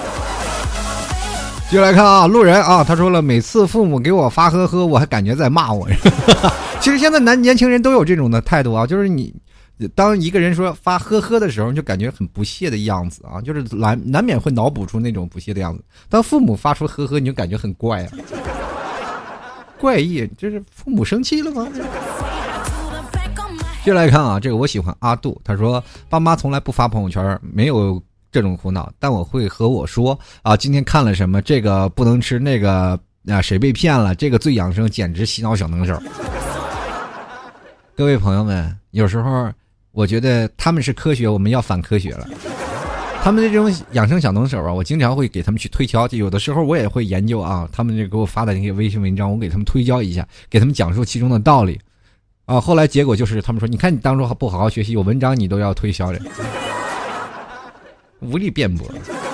继续来看啊，路人啊，他说了，每次父母给我发呵呵，我还感觉在骂我。其实现在男年轻人都有这种的态度啊，就是你当一个人说发呵呵的时候，你就感觉很不屑的样子啊，就是难难免会脑补出那种不屑的样子。当父母发出呵呵，你就感觉很怪啊，怪异，就是父母生气了吗？接来看啊，这个我喜欢阿杜，他说爸妈从来不发朋友圈，没有这种苦恼，但我会和我说啊，今天看了什么，这个不能吃，那个啊谁被骗了，这个最养生，简直洗脑小能手。各位朋友们，有时候我觉得他们是科学，我们要反科学了。他们的这种养生小能手啊，我经常会给他们去推敲，就有的时候我也会研究啊，他们这给我发的那些微信文章，我给他们推敲一下，给他们讲述其中的道理。啊，后来结果就是他们说，你看你当初不好好学习，有文章你都要推销的，无力辩驳。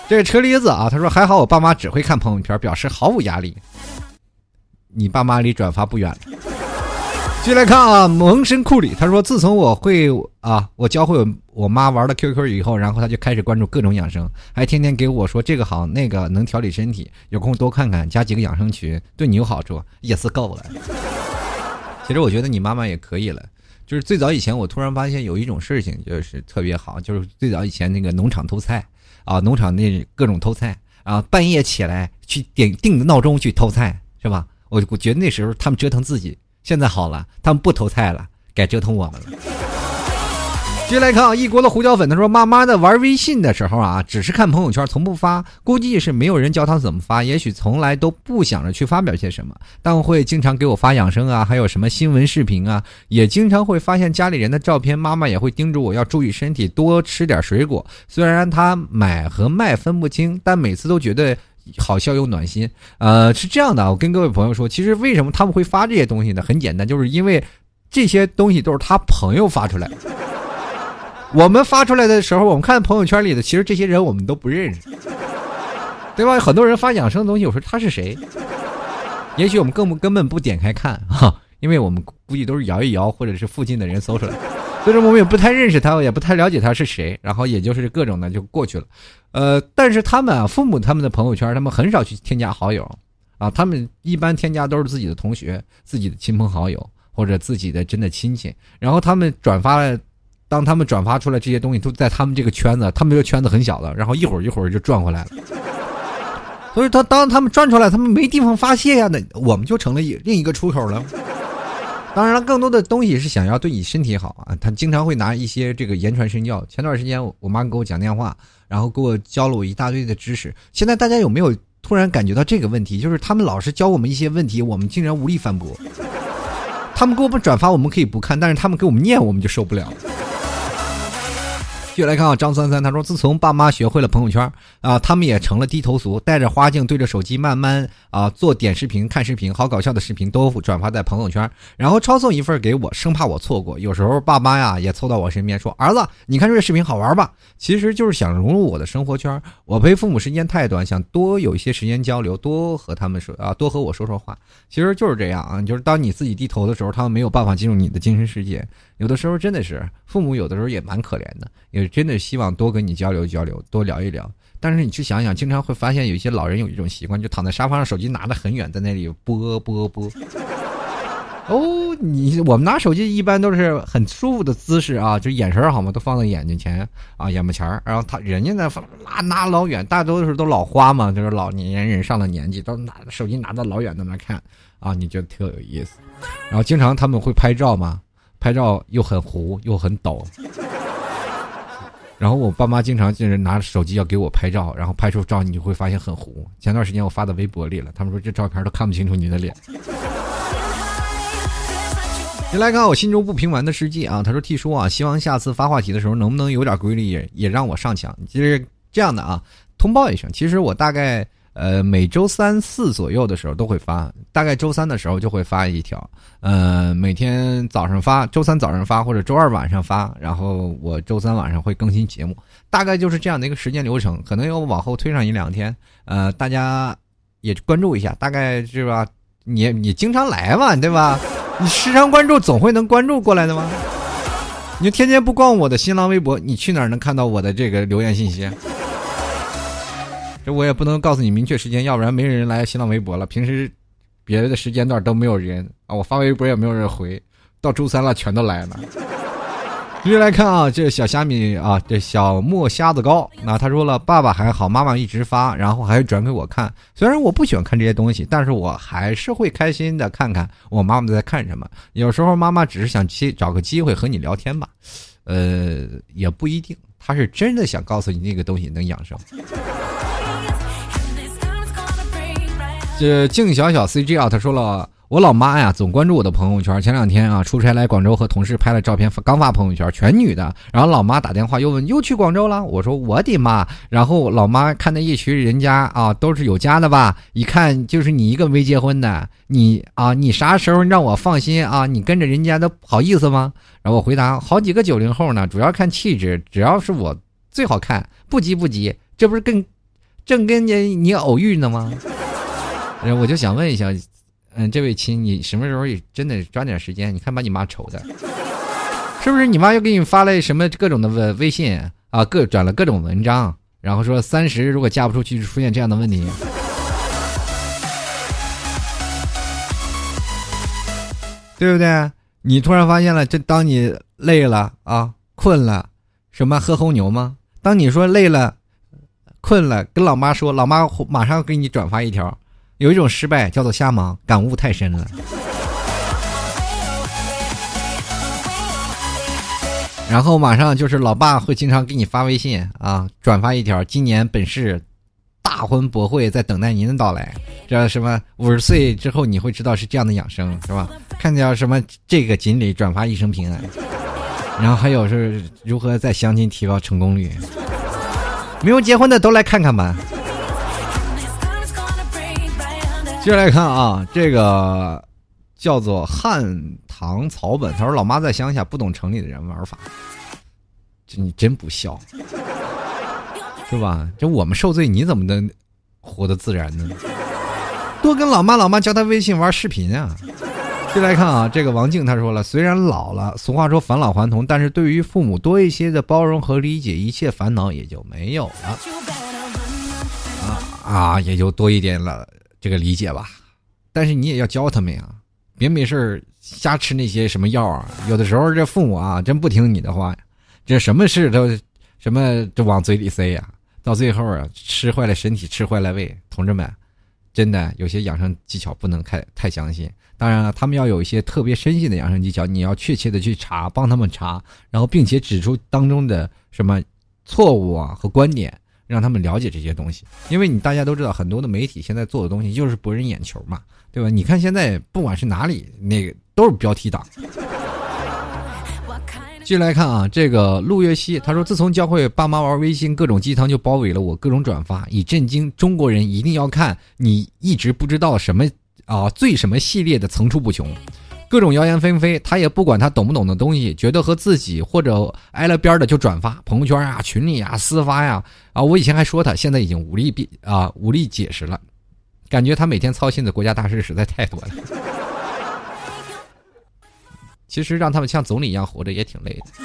这个车厘子啊，他说还好我爸妈只会看朋友圈，表示毫无压力。你爸妈离转发不远了。继续来看啊，蒙神库里，他说自从我会啊，我教会我妈玩了 Q Q 以后，然后他就开始关注各种养生，还天天给我说这个好那个能调理身体，有空多看看，加几个养生群对你有好处，也是够了。其实我觉得你妈妈也可以了，就是最早以前我突然发现有一种事情就是特别好，就是最早以前那个农场偷菜啊，农场那各种偷菜啊，半夜起来去点定的闹钟去偷菜，是吧？我我觉得那时候他们折腾自己。现在好了，他们不偷菜了，改折腾我们了。接下来看啊，一国的胡椒粉他说，妈妈的玩微信的时候啊，只是看朋友圈，从不发，估计是没有人教他怎么发，也许从来都不想着去发表些什么，但会经常给我发养生啊，还有什么新闻视频啊，也经常会发现家里人的照片，妈妈也会叮嘱我要注意身体，多吃点水果。虽然他买和卖分不清，但每次都觉得好笑又暖心。呃，是这样的，我跟各位朋友说，其实为什么他们会发这些东西呢？很简单，就是因为这些东西都是他朋友发出来的。我们发出来的时候，我们看朋友圈里的，其实这些人我们都不认识，对吧？很多人发养生的东西，我说他是谁？也许我们更不根本不点开看哈，因为我们估计都是摇一摇，或者是附近的人搜出来的。所以说我们也不太认识他，也不太了解他是谁，然后也就是各种的就过去了。呃，但是他们啊，父母他们的朋友圈，他们很少去添加好友啊，他们一般添加都是自己的同学、自己的亲朋好友或者自己的真的亲戚，然后他们转发了，当他们转发出来这些东西，都在他们这个圈子，他们这个圈子很小的，然后一会儿一会儿就转回来了。所以他当他们转出来，他们没地方发泄呀，那我们就成了另一个出口了。当然了，更多的东西是想要对你身体好啊。他经常会拿一些这个言传身教。前段时间我我妈给我讲电话，然后给我教了我一大堆的知识。现在大家有没有突然感觉到这个问题？就是他们老是教我们一些问题，我们竟然无力反驳。他们给我们转发，我们可以不看，但是他们给我们念，我们就受不了。继续来看啊，张三三他说，自从爸妈学会了朋友圈啊，他们也成了低头族，带着花镜对着手机慢慢啊做点视频、看视频，好搞笑的视频都转发在朋友圈，然后抄送一份给我，生怕我错过。有时候爸妈呀也凑到我身边说，儿子，你看这个视频好玩吧？其实就是想融入我的生活圈。我陪父母时间太短，想多有一些时间交流，多和他们说啊，多和我说说话。其实就是这样啊，就是当你自己低头的时候，他们没有办法进入你的精神世界。有的时候真的是父母，有的时候也蛮可怜的，也真的希望多跟你交流交流，多聊一聊。但是你去想想，经常会发现有一些老人有一种习惯，就躺在沙发上，手机拿得很远，在那里播播播。哦，你我们拿手机一般都是很舒服的姿势啊，就眼神好嘛，都放在眼睛前啊，眼巴前儿。然后他人家呢拿拿老远，大多数都老花嘛，就是老年人上了年纪，都拿手机拿到老远在那看啊，你觉得特有意思。然后经常他们会拍照嘛。拍照又很糊又很抖，然后我爸妈经常就是拿手机要给我拍照，然后拍出照你就会发现很糊。前段时间我发到微博里了，他们说这照片都看不清楚你的脸。你来看我心中不平凡的世界啊，他说 T 叔啊，希望下次发话题的时候能不能有点规律，也也让我上墙。其实这样的啊，通报一声，其实我大概呃，每周三四左右的时候都会发，大概周三的时候就会发一条，呃，每天早上发，周三早上发或者周二晚上发，然后我周三晚上会更新节目，大概就是这样的一个时间流程，可能要往后推上一两天，呃，大家也关注一下，大概是吧？你你经常来嘛，对吧？你时常关注，总会能关注过来的吗？你就天天不逛我的新浪微博，你去哪儿能看到我的这个留言信息？这我也不能告诉你明确时间，要不然没人来新浪微博了。平时别的时间段都没有人啊，我发微博也没有人回，到周三了全都来了。继续来看啊，这小虾米啊，这小墨虾子糕，那他说了，爸爸还好，妈妈一直发，然后还转给我看。虽然我不喜欢看这些东西，但是我还是会开心的看看我妈妈在看什么。有时候妈妈只是想找个机会和你聊天吧，呃，也不一定，她是真的想告诉你那个东西能养生。这静小小 C G 啊，他说了，我老妈呀总关注我的朋友圈，前两天啊出差来广州和同事拍了照片，刚发朋友圈，全女的，然后老妈打电话又问又去广州了，我说我的妈，然后老妈看那一群人家啊都是有家的吧，一看就是你一个没结婚的，你啊你啥时候让我放心啊，你跟着人家都好意思吗？然后我回答，好几个九零后呢，主要看气质，只要是我最好看，不急不急，这不是更正跟你你偶遇呢吗？我就想问一下，嗯，这位亲，你什么时候也真的抓点时间？你看把你妈愁的，是不是？你妈又给你发了什么各种的微微信啊，各转了各种文章，然后说三十如果嫁不出去出现这样的问题，对不对？你突然发现了，这当你累了啊，困了，什么喝红牛吗？当你说累了。困了，跟老妈说，老妈马上给你转发一条。有一种失败叫做瞎忙，感悟太深了。然后马上就是老爸会经常给你发微信啊，转发一条，今年本市大婚博会在等待您的到来。这什么五十岁之后你会知道是这样的养生，是吧？看见什么这个锦鲤转发一生平安。然后还有是如何在相亲提高成功率。没有结婚的都来看看吧。接着来看啊，这个叫做汉唐草本，他说老妈在乡下不懂城里的人玩法，这你真不孝，是吧？这我们受罪，你怎么能活得自然呢？多跟老妈老妈教他微信玩视频啊。接来看啊，这个王静他说了，虽然老了，俗话说返老还童，但是对于父母多一些的包容和理解，一切烦恼也就没有了啊啊，也就多一点了这个理解吧。但是你也要教他们呀，别没事瞎吃那些什么药啊。有的时候这父母啊，真不听你的话，这什么事都什么都往嘴里塞呀，到最后啊，吃坏了身体，吃坏了胃。同志们，真的有些养生技巧不能太太相信。当然了，他们要有一些特别深信的养生技巧，你要确切的去查，帮他们查，然后并且指出当中的什么错误啊和观点，让他们了解这些东西。因为你大家都知道，很多的媒体现在做的东西就是博人眼球嘛，对吧？你看现在不管是哪里，那个都是标题党。继续来看啊，这个陆月熙他说，自从教会爸妈玩微信，各种鸡汤就包围了我，各种转发，以震惊中国人一定要看你一直不知道什么啊，最什么系列的层出不穷，各种谣言纷飞，他也不管他懂不懂的东西，觉得和自己或者挨了边的就转发朋友圈啊、群里啊、私发呀啊！我以前还说他，现在已经无力比啊无力解释了，感觉他每天操心的国家大事实在太多了。其实让他们像总理一样活着也挺累的，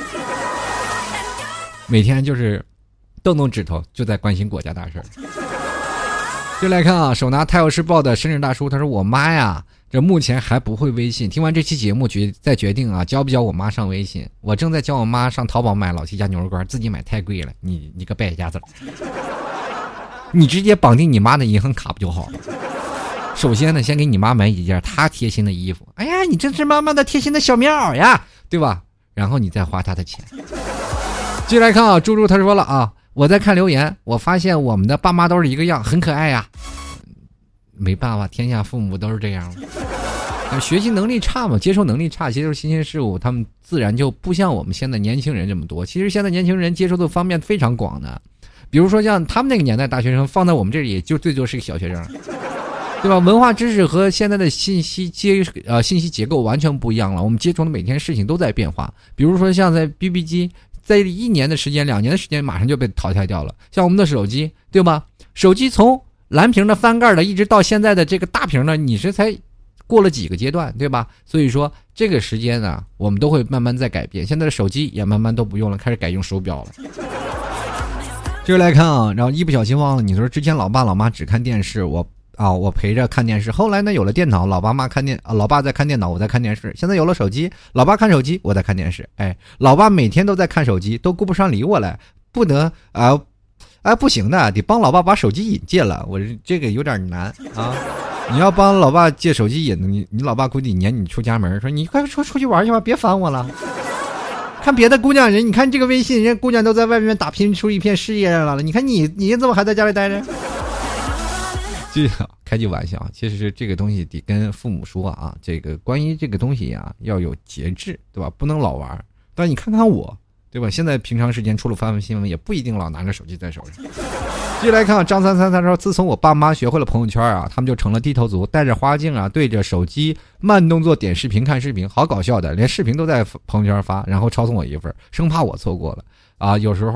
每天就是动动指头就在关心国家大事。就来看啊，手拿太阳时报的生日大叔，他说我妈呀，这目前还不会微信，听完这期节目决再决定啊，教不教我妈上微信。我正在教我妈上淘宝买老七家牛肉干，自己买太贵了，你你个败家子，你直接绑定你妈的银行卡不就好了？首先呢，先给你妈买几件她贴心的衣服，哎呀，你真是妈妈的贴心的小棉袄呀，对吧？然后你再花她的钱。接来看啊，猪猪他说了啊，我在看留言，我发现我们的爸妈都是一个样，很可爱呀。没办法，天下父母都是这样。学习能力差嘛，接受能力差，接受新鲜事物，他们自然就不像我们现在年轻人这么多。其实现在年轻人接受的方面非常广的，比如说像他们那个年代大学生，放在我们这里也就最多是个小学生，对吧？文化知识和现在的信息接呃信息结构完全不一样了，我们接触的每天事情都在变化。比如说像在 B B 机。在一年的时间两年的时间马上就被淘汰掉了，像我们的手机，对吧？手机从蓝屏的翻盖的一直到现在的这个大屏的，你是才过了几个阶段，对吧？所以说这个时间呢，我们都会慢慢在改变，现在的手机也慢慢都不用了，开始改用手表了。接着来看啊，然后一不小心忘了，你说之前老爸老妈只看电视，我啊，我陪着看电视。后来呢，有了电脑，老爸妈看电，啊，老爸在看电脑，我在看电视。现在有了手机，老爸看手机，我在看电视。哎，老爸每天都在看手机，都顾不上理我来，不能啊，哎、呃，不行的，得帮老爸把手机瘾戒了。我这个有点难啊。你要帮老爸戒手机瘾，你你老爸估计撵你出家门，说你快出出去玩去吧，别烦我了。看别的姑娘人，你看这个微信，人家姑娘都在外面打拼出一片事业来了，你看你你怎么还在家里待着？这开句玩笑，其实是这个东西得跟父母说啊，这个关于这个东西啊要有节制，对吧？不能老玩。但你看看我，对吧？现在平常时间除了发发新闻，也不一定老拿着手机在手上。继续来看张三三，他说自从我爸妈学会了朋友圈啊，他们就成了低头族，带着花镜啊，对着手机慢动作点视频看视频，好搞笑的，连视频都在朋友圈发，然后抄送我一份，生怕我错过了啊。有时候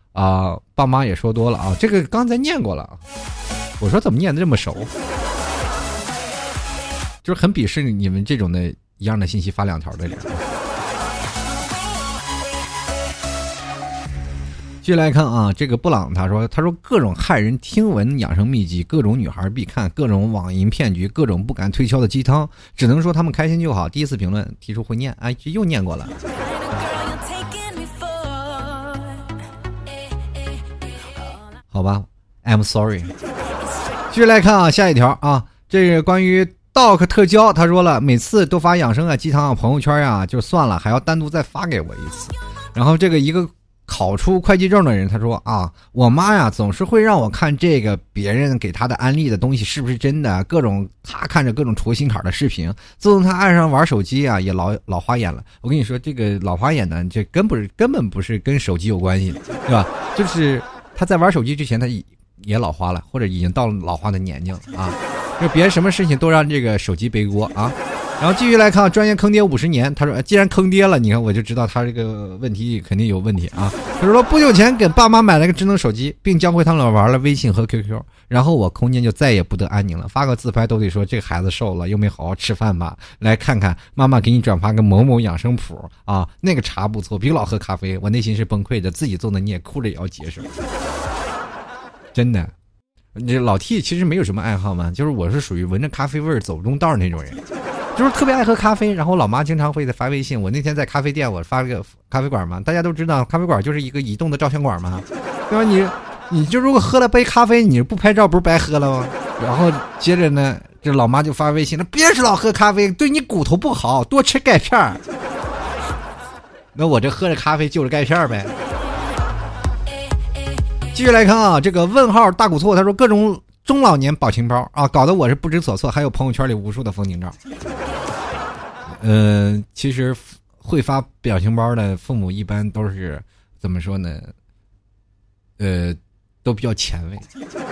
啊、呃，爸妈也说多了啊，这个刚才念过了，我说怎么念的这么熟，就是很鄙视你们这种的一样的信息发两条的人。继续来看啊，这个布朗他说，他说各种骇人听闻养生秘籍，各种女孩必看，各种网银骗局，各种不敢推销的鸡汤，只能说他们开心就好。第一次评论提出会念，哎，又念过了。好吧 ，I'm sorry。继续来看啊，下一条啊，这个关于 Doc 特教，他说了，每次都发养生啊、鸡汤啊、朋友圈啊，就算了，还要单独再发给我一次。然后这个一个考出会计证的人，他说啊，我妈呀总是会让我看这个别人给他的安利的东西是不是真的，各种他看着各种戳心坎的视频。自从他爱上玩手机啊，也老老花眼了。我跟你说，这个老花眼呢，这根本根本不是跟手机有关系的，对吧？就是他在玩手机之前，他也老花了，或者已经到了老花的年纪了啊。就别人什么事情都让这个手机背锅啊。然后继续来看，专业坑爹五十年。他说，既然坑爹了，你看我就知道他这个问题肯定有问题啊。他说，不久前给爸妈买了个智能手机，并教会他们玩了微信和 Q Q， 然后我空间就再也不得安宁了，发个自拍都得说这个孩子瘦了，又没好好吃饭吧？来看看，妈妈给你转发个某某养生谱啊，那个茶不错，比老喝咖啡。我内心是崩溃的，自己做的孽，哭着也要接受。真的，这老 T 其实没有什么爱好嘛，就是我是属于闻着咖啡味儿走中道那种人。就是特别爱喝咖啡，然后老妈经常会在发微信。我那天在咖啡店，我发了个咖啡馆嘛，大家都知道咖啡馆就是一个移动的照相馆嘛，对吧？你你就如果喝了杯咖啡，你不拍照不是白喝了吗？然后接着呢，这老妈就发微信了，别是老喝咖啡，对你骨头不好，多吃钙片。那我这喝着咖啡就是钙片呗。继续来看啊，这个问号大古错，他说各种中老年表情包啊，搞得我是不知所措，还有朋友圈里无数的风景照。嗯、呃，其实会发表情包的父母一般都是怎么说呢？呃，都比较前卫。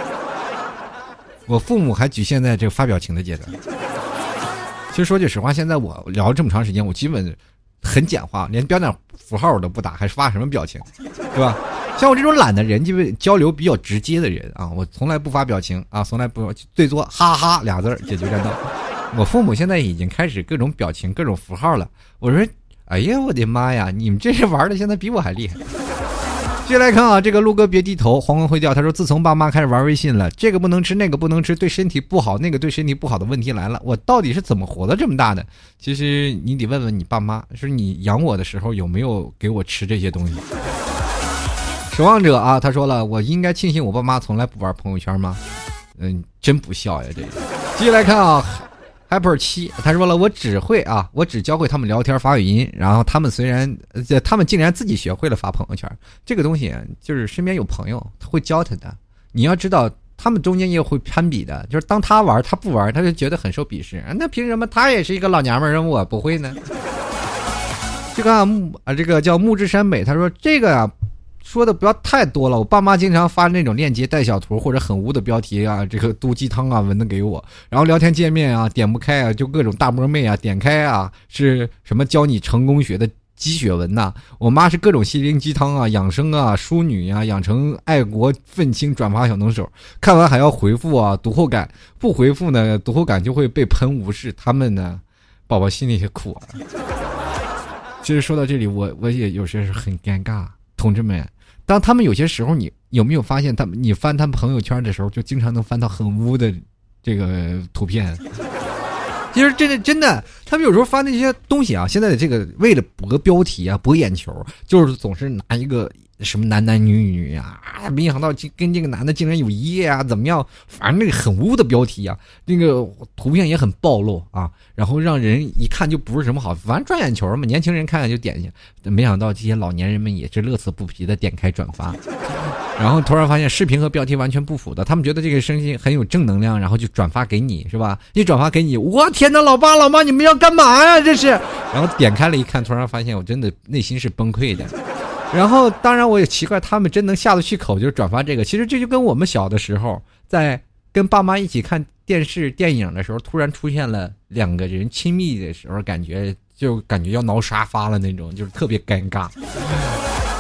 我父母还局限在这个发表情的阶段。其实说句实话，现在我聊了这么长时间，我基本很简化，连标点符号我都不打，还是发什么表情，对吧？像我这种懒的人，就交流比较直接的人啊，我从来不发表情啊，从来不最多哈哈俩字解决战斗。我父母现在已经开始各种表情、各种符号了。我说，哎呀，我的妈呀，你们这是玩的现在比我还厉害。接下来看啊，这个陆哥别低头，黄昏会掉。他说，自从爸妈开始玩微信了，这个不能吃，那个不能吃，对身体不好，那个对身体不好的问题来了，我到底是怎么活得这么大的？其实你得问问你爸妈，是你养我的时候有没有给我吃这些东西？守望者啊，他说了，我应该庆幸我爸妈从来不玩朋友圈吗？嗯，真不孝呀，这个。接下来看啊。Hyper 七，他说了，我只会啊，我只教会他们聊天发语音，然后他们虽然，呃，他们竟然自己学会了发朋友圈。这个东西就是身边有朋友，他会教他的。你要知道，他们中间也会攀比的，就是当他玩，他不玩，他就觉得很受鄙视。那凭什么他也是一个老娘们儿，我不会呢？这个啊，啊这个叫木之山北，他说这个啊。说的不要太多了，我爸妈经常发那种链接带小图或者很污的标题啊，这个毒鸡汤啊文的给我，然后聊天界面啊点不开啊，就各种大波妹啊点开啊是什么教你成功学的鸡血文呐、啊，我妈是各种心灵鸡汤啊养生啊淑女啊养成爱国愤青转发小能手，看完还要回复啊读后感，不回复呢读后感就会被喷无视，他们呢宝宝心里也苦啊。其实说到这里我我也有些是很尴尬，同志们，当他们有些时候，你有没有发现，他们你翻他们朋友圈的时候，就经常能翻到很污的这个图片。其实真的真的，他们有时候发那些东西啊，现在的这个为了博标题啊，博眼球，就是总是拿一个什么男男女女啊，没想到跟这个男的竟然有一夜啊，怎么样？反正那个很污的标题啊，那个图片也很暴露啊，然后让人一看就不是什么好，反正赚眼球嘛，年轻人看看就点进去，没想到这些老年人们也是乐此不疲的点开转发。然后突然发现视频和标题完全不符的，他们觉得这个声音很有正能量，然后就转发给你，是吧？一转发给你，我天哪，老爸老妈，你们要干嘛呀？这是。然后点开了一看，突然发现我真的内心是崩溃的。然后当然我也奇怪，他们真能下得去口就转发这个。其实这就跟我们小的时候在跟爸妈一起看电视电影的时候，突然出现了两个人亲密的时候，感觉就感觉要挠沙发了那种，就是特别尴尬。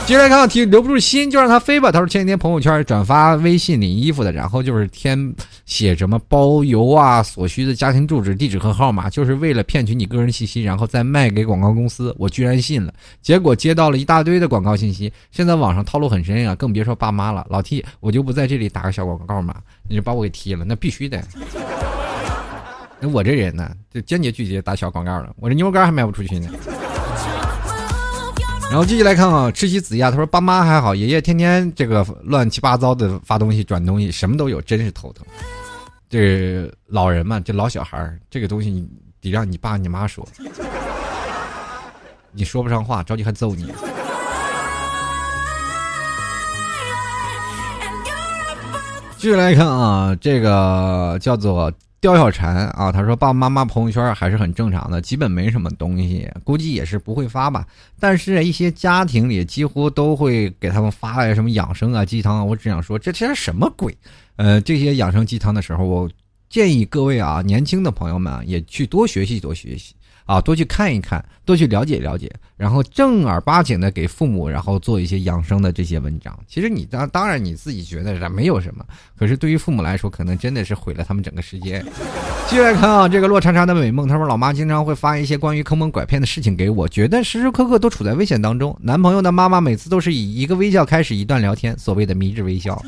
接下来看到题留不住心就让他飞吧。他说前几天朋友圈转发微信领衣服的，然后就是填写什么包邮啊、所需的家庭住址、地址和号码，就是为了骗取你个人信息，然后再卖给广告公司。我居然信了，结果接到了一大堆的广告信息。现在网上套路很深啊，更别说爸妈了。老 T， 我就不在这里打个小广告嘛，你就把我给踢了，那必须的。那我这人呢，就坚决拒绝打小广告了，我这牛肝还卖不出去呢。然后继续来看啊，吃鸡子呀，他说爸妈还好，爷爷天天这个乱七八糟的发东西转东西，什么都有，真是头疼。这老人嘛，这老小孩这个东西得让你爸你妈说，你说不上话，着急还揍你。继续来看啊，这个叫做刁小蝉啊，他说爸爸妈妈朋友圈还是很正常的，基本没什么东西，估计也是不会发吧。但是一些家庭里几乎都会给他们发来什么养生啊、鸡汤啊。我只想说，这这是什么鬼？呃，这些养生鸡汤的时候，我建议各位啊，年轻的朋友们啊，也去多学习多学习啊，多去看一看，多去了解了解，然后正儿八经的给父母，然后做一些养生的这些文章。其实你当当然你自己觉得没有什么，可是对于父母来说，可能真的是毁了他们整个世界。继续来看啊，这个落叉叉的美梦，他说老妈经常会发一些关于坑蒙拐骗的事情给我，觉得时时刻刻都处在危险当中。男朋友的妈妈每次都是以一个微笑开始一段聊天，所谓的迷之微笑。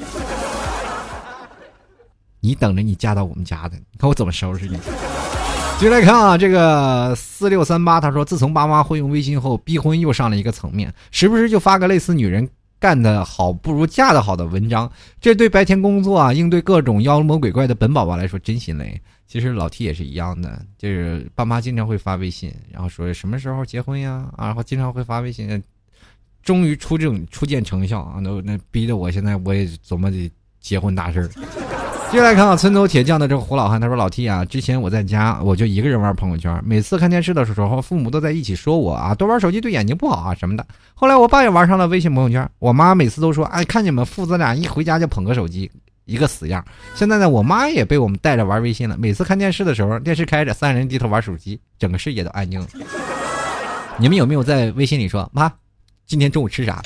你等着你嫁到我们家的，你看我怎么收拾你。继续来看啊，这个四六三八他说，自从爸妈会用微信后，逼婚又上了一个层面，时不时就发个类似女人干得好不如嫁得好的文章，这对白天工作啊，应对各种妖魔鬼怪的本宝宝来说真心累。其实老 T 也是一样的，就是爸妈经常会发微信，然后说什么时候结婚呀，啊，然后经常会发微信，终于出证初见成效啊，那那逼得我现在我也琢磨得结婚大事。接下来看啊，村头铁匠的这个胡老汉，他说老 T 啊，之前我在家我就一个人玩朋友圈，每次看电视的时候，父母都在一起说我啊，多玩手机对眼睛不好啊什么的。后来我爸也玩上了微信朋友圈，我妈每次都说，哎，看你们父子俩一回家就捧个手机，一个死样。现在呢，我妈也被我们带着玩微信了，每次看电视的时候，电视开着，三人低头玩手机，整个世界都安静了。你们有没有在微信里说，妈，今天中午吃啥？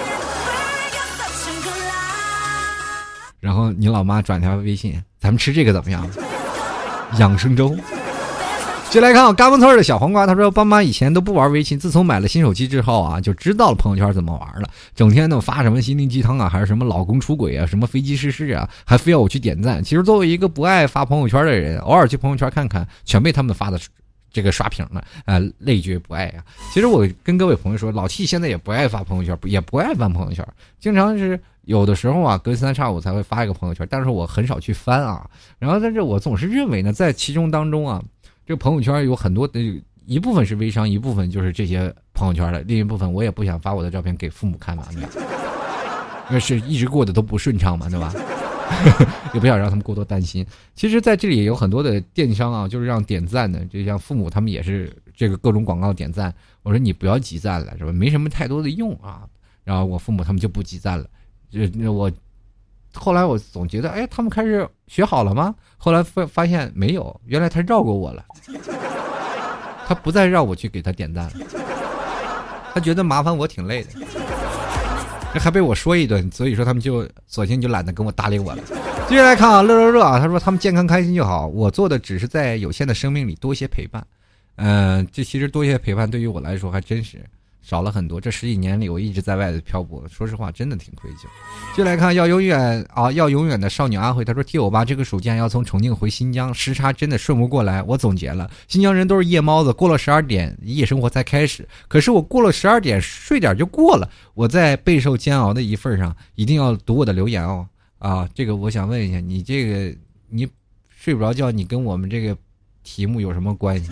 然后你老妈转条微信，咱们吃这个怎么样？养生粥。接来看啊，嘎嘣村的小黄瓜，他说爸妈以前都不玩微信，自从买了新手机之后啊，就知道了朋友圈怎么玩了，整天都发什么心灵鸡汤啊，还是什么老公出轨啊，什么飞机失事啊，还非要我去点赞。其实作为一个不爱发朋友圈的人，偶尔去朋友圈看看，全被他们发的这个刷屏了啊、呃，累觉不爱啊。其实我跟各位朋友说，老 T 现在也不爱发朋友圈，也不爱翻朋友圈，经常是有的时候啊，隔三差五才会发一个朋友圈，但是我很少去翻啊。然后但是我总是认为呢，在其中当中啊，这个朋友圈有很多的一部分是微商，一部分就是这些朋友圈的，另一部分我也不想发我的照片给父母看嘛，因为是一直过得都不顺畅嘛，对吧？也不想让他们过多担心。其实在这里也有很多的电商啊，就是让点赞的，就像父母他们也是这个各种广告点赞，我说你不要集赞了，是吧？没什么太多的用啊。然后我父母他们就不集赞了，就我后来我总觉得，哎，他们开始学好了吗？后来发发现没有，原来他绕过我了，他不再让我去给他点赞了，他觉得麻烦我挺累的。这还被我说一顿，所以说他们就索性就懒得跟我搭理我了。接下来看啊，乐乐热啊，他说他们健康开心就好，我做的只是在有限的生命里多一些陪伴。嗯、呃，这其实多一些陪伴对于我来说还真是少了很多。这十几年里我一直在外的漂泊，说实话真的挺愧疚。就来看要永远啊要永远的少女阿慧，他说 T 欧巴这个暑假要从重庆回新疆，时差真的顺不过来。我总结了，新疆人都是夜猫子，过了十二点夜生活才开始，可是我过了十二点睡点就过了。我在备受煎熬的一份上一定要读我的留言哦。啊，这个我想问一下，你这个你睡不着觉，你跟我们这个题目有什么关系？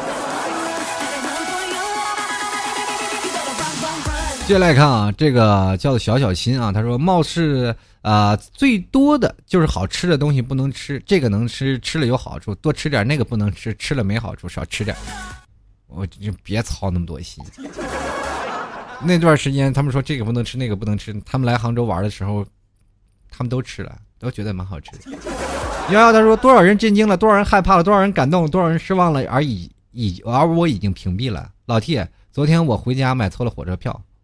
接下来看啊，这个叫做小小心啊，他说貌似啊、呃、最多的就是好吃的东西不能吃，这个能吃，吃了有好处，多吃点；那个不能吃，吃了没好处，少吃点。我就别操那么多心。那段时间他们说这个不能吃，那个不能吃，他们来杭州玩的时候，他们都吃了，都觉得蛮好吃的。瑶瑶他说多少人震惊了，多少人害怕了，多少人感动了，多少人失望了，而已已而我已经屏蔽了。老 T， 昨天我回家买错了火车票。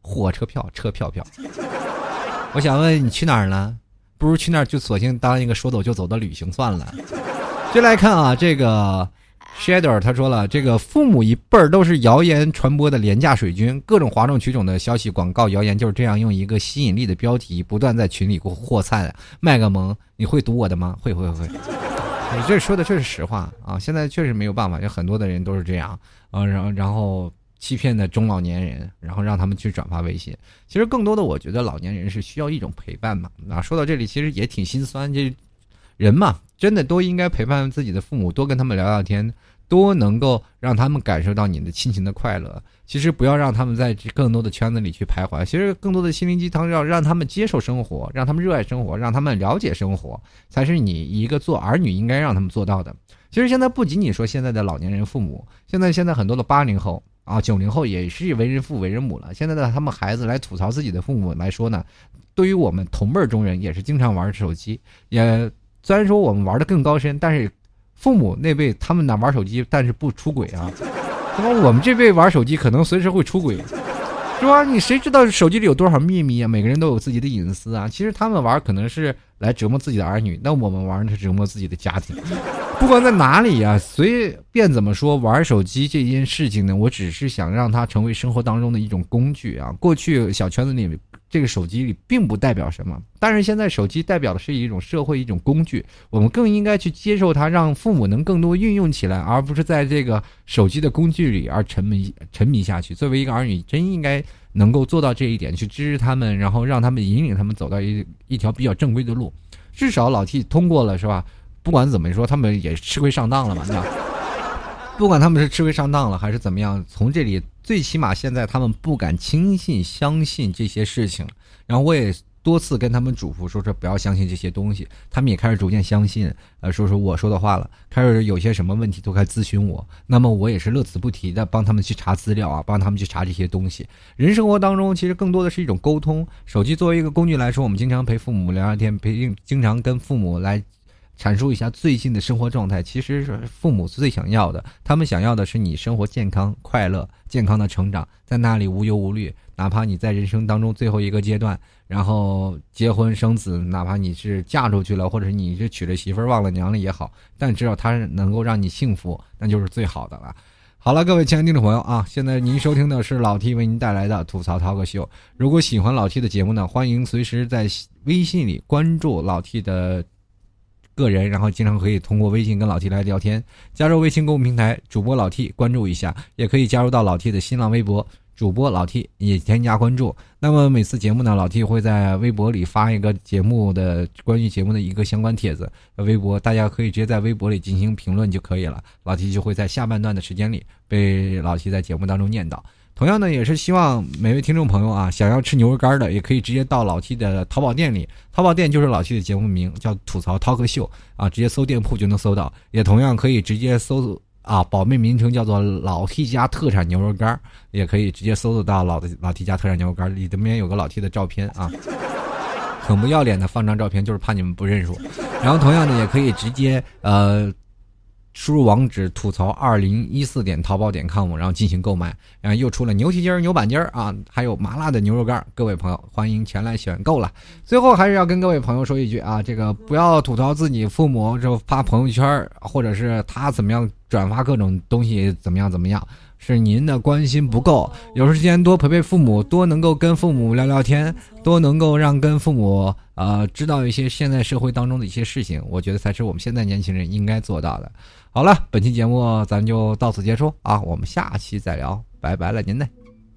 火车票车票票。我想问你去哪儿了？不如去那儿就索性当一个说走就走的旅行算了。就来看啊，这个 Shadow 他说了，这个父母一辈儿都是谣言传播的廉价水军，各种哗众取宠的消息广告谣言就是这样用一个吸引力的标题不断在群里扩散，卖个萌。你会读我的吗？会会会。你这说的这是实话啊，现在确实没有办法，有很多的人都是这样啊，然后然后欺骗的中老年人，然后让他们去转发微信。其实更多的，我觉得老年人是需要一种陪伴嘛。啊，说到这里，其实也挺心酸，这人嘛，真的都应该陪伴自己的父母，多跟他们聊聊天，多能够让他们感受到你的亲情的快乐。其实不要让他们在更多的圈子里去徘徊，其实更多的心灵鸡汤要让他们接受生活，让他们热爱生活，让他们了解生活，才是你一个做儿女应该让他们做到的。其实现在不仅仅说现在的老年人父母，现在现在很多的八零后啊九零后也是为人父为人母了，现在的他们孩子来吐槽自己的父母来说呢，对于我们同辈中人也是经常玩手机，也虽然说我们玩的更高深，但是父母那辈他们哪玩手机但是不出轨啊，那么我们这辈玩手机可能随时会出轨，是吧？你谁知道手机里有多少秘密啊？每个人都有自己的隐私啊。其实他们玩可能是来折磨自己的儿女，那我们玩的是折磨自己的家庭。不管在哪里啊，随便怎么说，玩手机这件事情呢，我只是想让它成为生活当中的一种工具啊。过去小圈子里这个手机里并不代表什么，但是现在手机代表的是一种社会一种工具，我们更应该去接受它，让父母能更多运用起来，而不是在这个手机的工具里而沉迷沉迷下去。作为一个儿女，真应该能够做到这一点，去支持他们，然后让他们引领他们走到一一条比较正规的路。至少老 T 通过了，是吧？不管怎么说，他们也吃亏上当了嘛，对吧？不管他们是吃亏上当了还是怎么样，从这里最起码现在他们不敢轻信相信这些事情，然后我也多次跟他们嘱咐说说不要相信这些东西，他们也开始逐渐相信，呃，说说我说的话了，开始有些什么问题都开始咨询我，那么我也是乐此不疲的帮他们去查资料啊，帮他们去查这些东西。人生活当中其实更多的是一种沟通，手机作为一个工具来说，我们经常陪父母聊聊天，陪经常跟父母来阐述一下最近的生活状态，其实是父母最想要的，他们想要的是你生活健康快乐健康的成长，在那里无忧无虑，哪怕你在人生当中最后一个阶段，然后结婚生子，哪怕你是嫁出去了，或者你是娶了媳妇儿忘了娘了也好，但只要他能够让你幸福，那就是最好的了。好了，各位亲爱的听众朋友啊，现在您收听的是老 T 为您带来的吐槽涛哥秀。如果喜欢老 T 的节目呢，欢迎随时在微信里关注老 T 的个人，然后经常可以通过微信跟老 T 来聊天，加入微信公众平台主播老 T 关注一下，也可以加入到老 T 的新浪微博主播老 T 也添加关注。那么每次节目呢，老 T 会在微博里发一个节目的关于节目的一个相关帖子，微博大家可以直接在微博里进行评论就可以了，老 T 就会在下半段的时间里被老 T 在节目当中念叨。同样呢，也是希望每位听众朋友啊，想要吃牛肉干的，也可以直接到老 T 的淘宝店里，淘宝店就是老 T 的节目名，叫吐槽涛哥秀啊，直接搜店铺就能搜到。也同样可以直接搜啊，宝贝名称叫做老 T 家特产牛肉干，也可以直接搜得到老的老 T 家特产牛肉干，里面有个老 T 的照片啊，很不要脸的放张照片，就是怕你们不认识我。然后同样的也可以直接呃。输入网址吐槽二零一四点淘宝点 com， 然后进行购买，然后又出了牛蹄筋牛板筋啊，还有麻辣的牛肉干，各位朋友欢迎前来选购了。最后还是要跟各位朋友说一句啊，这个不要吐槽自己父母就发朋友圈，或者是他怎么样转发各种东西怎么样怎么样，是您的关心不够，有时间多陪陪父母，多能够跟父母聊聊天，多能够让跟父母呃知道一些现在社会当中的一些事情，我觉得才是我们现在年轻人应该做到的。好了，本期节目咱就到此结束啊，我们下期再聊，拜拜了您嘞。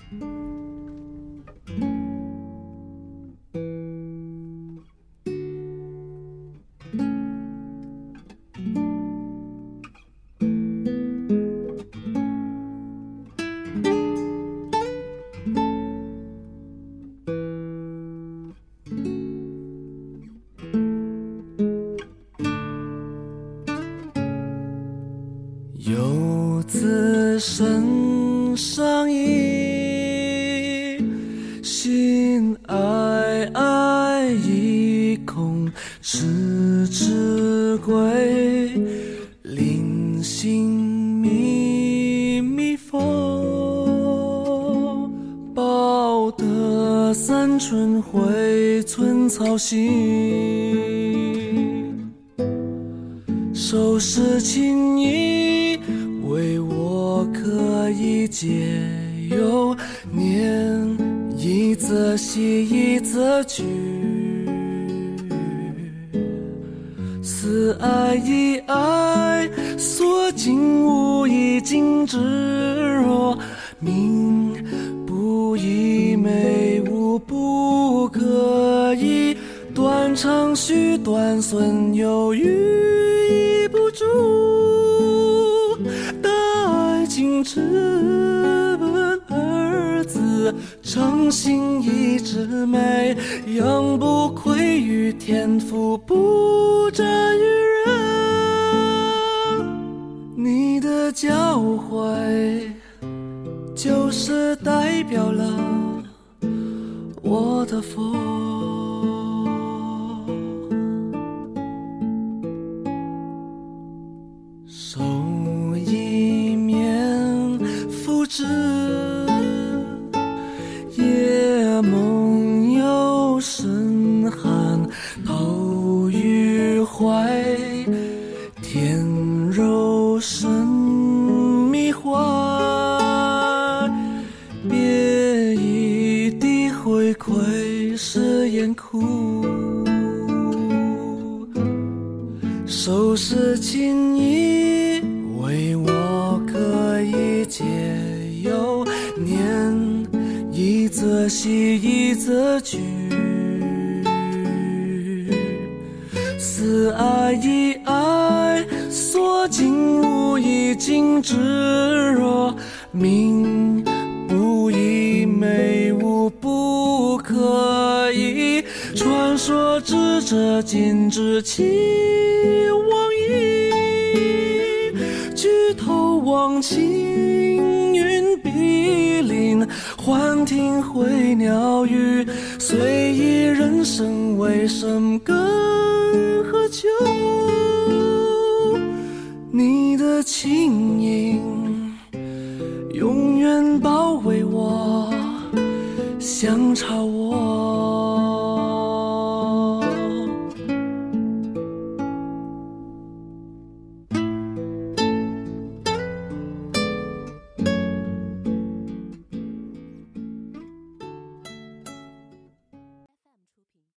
游子身上衣，心哀哀意空，迟迟归，临行密密缝，报得三春晖寸草心，收拾情意，为我可以解忧，念一则喜一则惧，思爱一爱，所尽无一尽之若命不移，美无不可以，断肠续断损有余不足，大爱情之本二字，诚心一枝美，养不愧于天赋，不沾于人。你的教诲就是代表了我的佛。手一面复制，夜梦又深寒，头欲怀，天柔神迷幻，别一地回馈是眼哭，收拾情意，为我可以解忧，念一则喜一则惧，思爱一爱，所尽无一尽之若命不移，美无不可以，传说智者尽知其往矣，举头望青云碧林，幻听回鸟语，随意人生为什更何求，你的轻盈永远包围我，想朝我